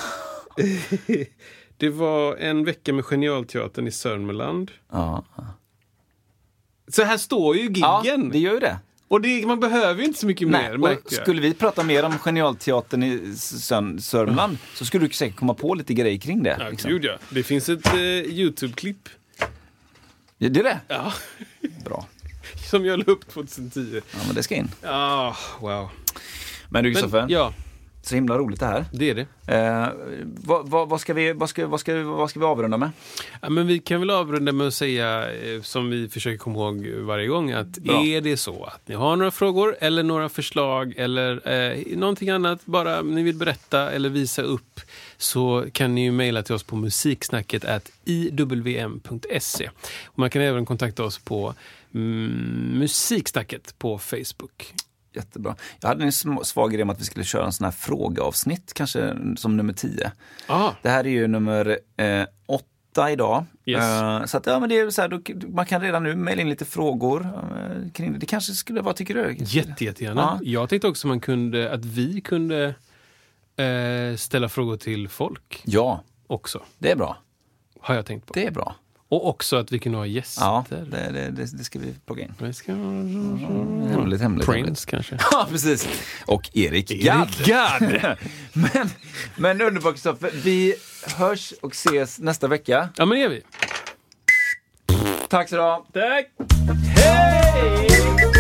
Speaker 2: Det var en vecka med Genialteatern i Sörmland.
Speaker 3: Ja,
Speaker 2: Så här står ju
Speaker 3: ja
Speaker 2: giggen.
Speaker 3: det gör ju det.
Speaker 2: Och det, man behöver ju inte så mycket
Speaker 3: Nej,
Speaker 2: mer,
Speaker 3: och
Speaker 2: märker jag.
Speaker 3: skulle vi prata mer om Genialteatern i Sön- Sörmland så skulle du säkert komma på lite grejer kring det.
Speaker 2: Ja,
Speaker 3: liksom.
Speaker 2: gud ja. Det finns ett eh, YouTube-klipp.
Speaker 3: Ja, det är det?
Speaker 2: Ja.
Speaker 3: Bra.
Speaker 2: Som jag la upp tjugohundratio.
Speaker 3: Ja, men det ska in.
Speaker 2: Ah, wow.
Speaker 3: Men du Kristoffer,
Speaker 2: Men, ja,
Speaker 3: så himla roligt det här.
Speaker 2: det är det.
Speaker 3: Eh, vad, vad, vad, ska vi, vad, ska, vad, ska, vad ska vi avrunda med?
Speaker 2: Ja, men vi kan väl avrunda med att säga, eh, som vi försöker komma ihåg varje gång, att
Speaker 3: Bra.
Speaker 2: är det så att ni har några frågor eller några förslag eller eh, någonting annat, bara ni vill berätta eller visa upp, så kan ni ju mejla till oss på musiksnacket at i w m punkt se. Och man kan även kontakta oss på mm, musiksnacket på Facebook.
Speaker 3: Jättebra. Jag hade en sm- svag idé om att vi skulle köra en sån här frågeavsnitt, kanske som nummer tio.
Speaker 2: Ah,
Speaker 3: Det här är ju nummer eh, åtta idag.
Speaker 2: Yes.
Speaker 3: Eh, så att, ja, men det är så här, då, man kan redan nu mejla in lite frågor eh, kring det. Det kanske skulle vara, tycker du?
Speaker 2: jätte, jättegärna.
Speaker 3: Ja.
Speaker 2: Jag tänkte också man kunde, att vi kunde eh, ställa frågor till folk
Speaker 3: Ja,
Speaker 2: också,
Speaker 3: det är bra.
Speaker 2: har jag tänkt på.
Speaker 3: Det är bra.
Speaker 2: Och också att vi kunde ha gäster.
Speaker 3: Ja, det, det, det, det ska vi plocka in.
Speaker 2: Vi ska...
Speaker 3: Hemligt, hemligt.
Speaker 2: Prince kanske.
Speaker 3: Ja, precis. Och Erik Gadd.
Speaker 2: Erik Gadd!
Speaker 3: men, men underbart, Kristoffer. Vi hörs och ses nästa vecka.
Speaker 2: Ja, men det gör vi.
Speaker 3: Tack så du ha.
Speaker 2: Tack!
Speaker 3: Hej!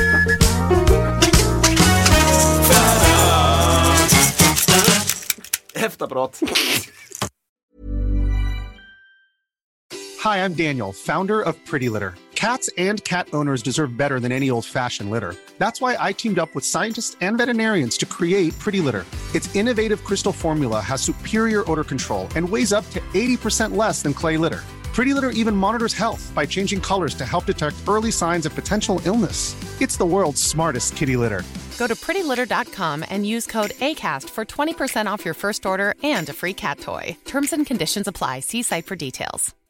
Speaker 3: Häftapparat.
Speaker 5: Hi, I'm Daniel, founder of Pretty Litter. Cats and cat owners deserve better than any old-fashioned litter. That's why I teamed up with scientists and veterinarians to create Pretty Litter. Its innovative crystal formula has superior odor control and weighs up to eighty percent less than clay litter. Pretty Litter even monitors health by changing colors to help detect early signs of potential illness. It's the world's smartest kitty litter.
Speaker 6: Go to pretty litter dot com and use code ACAST for twenty percent off your first order and a free cat toy. Terms and conditions apply. See site for details.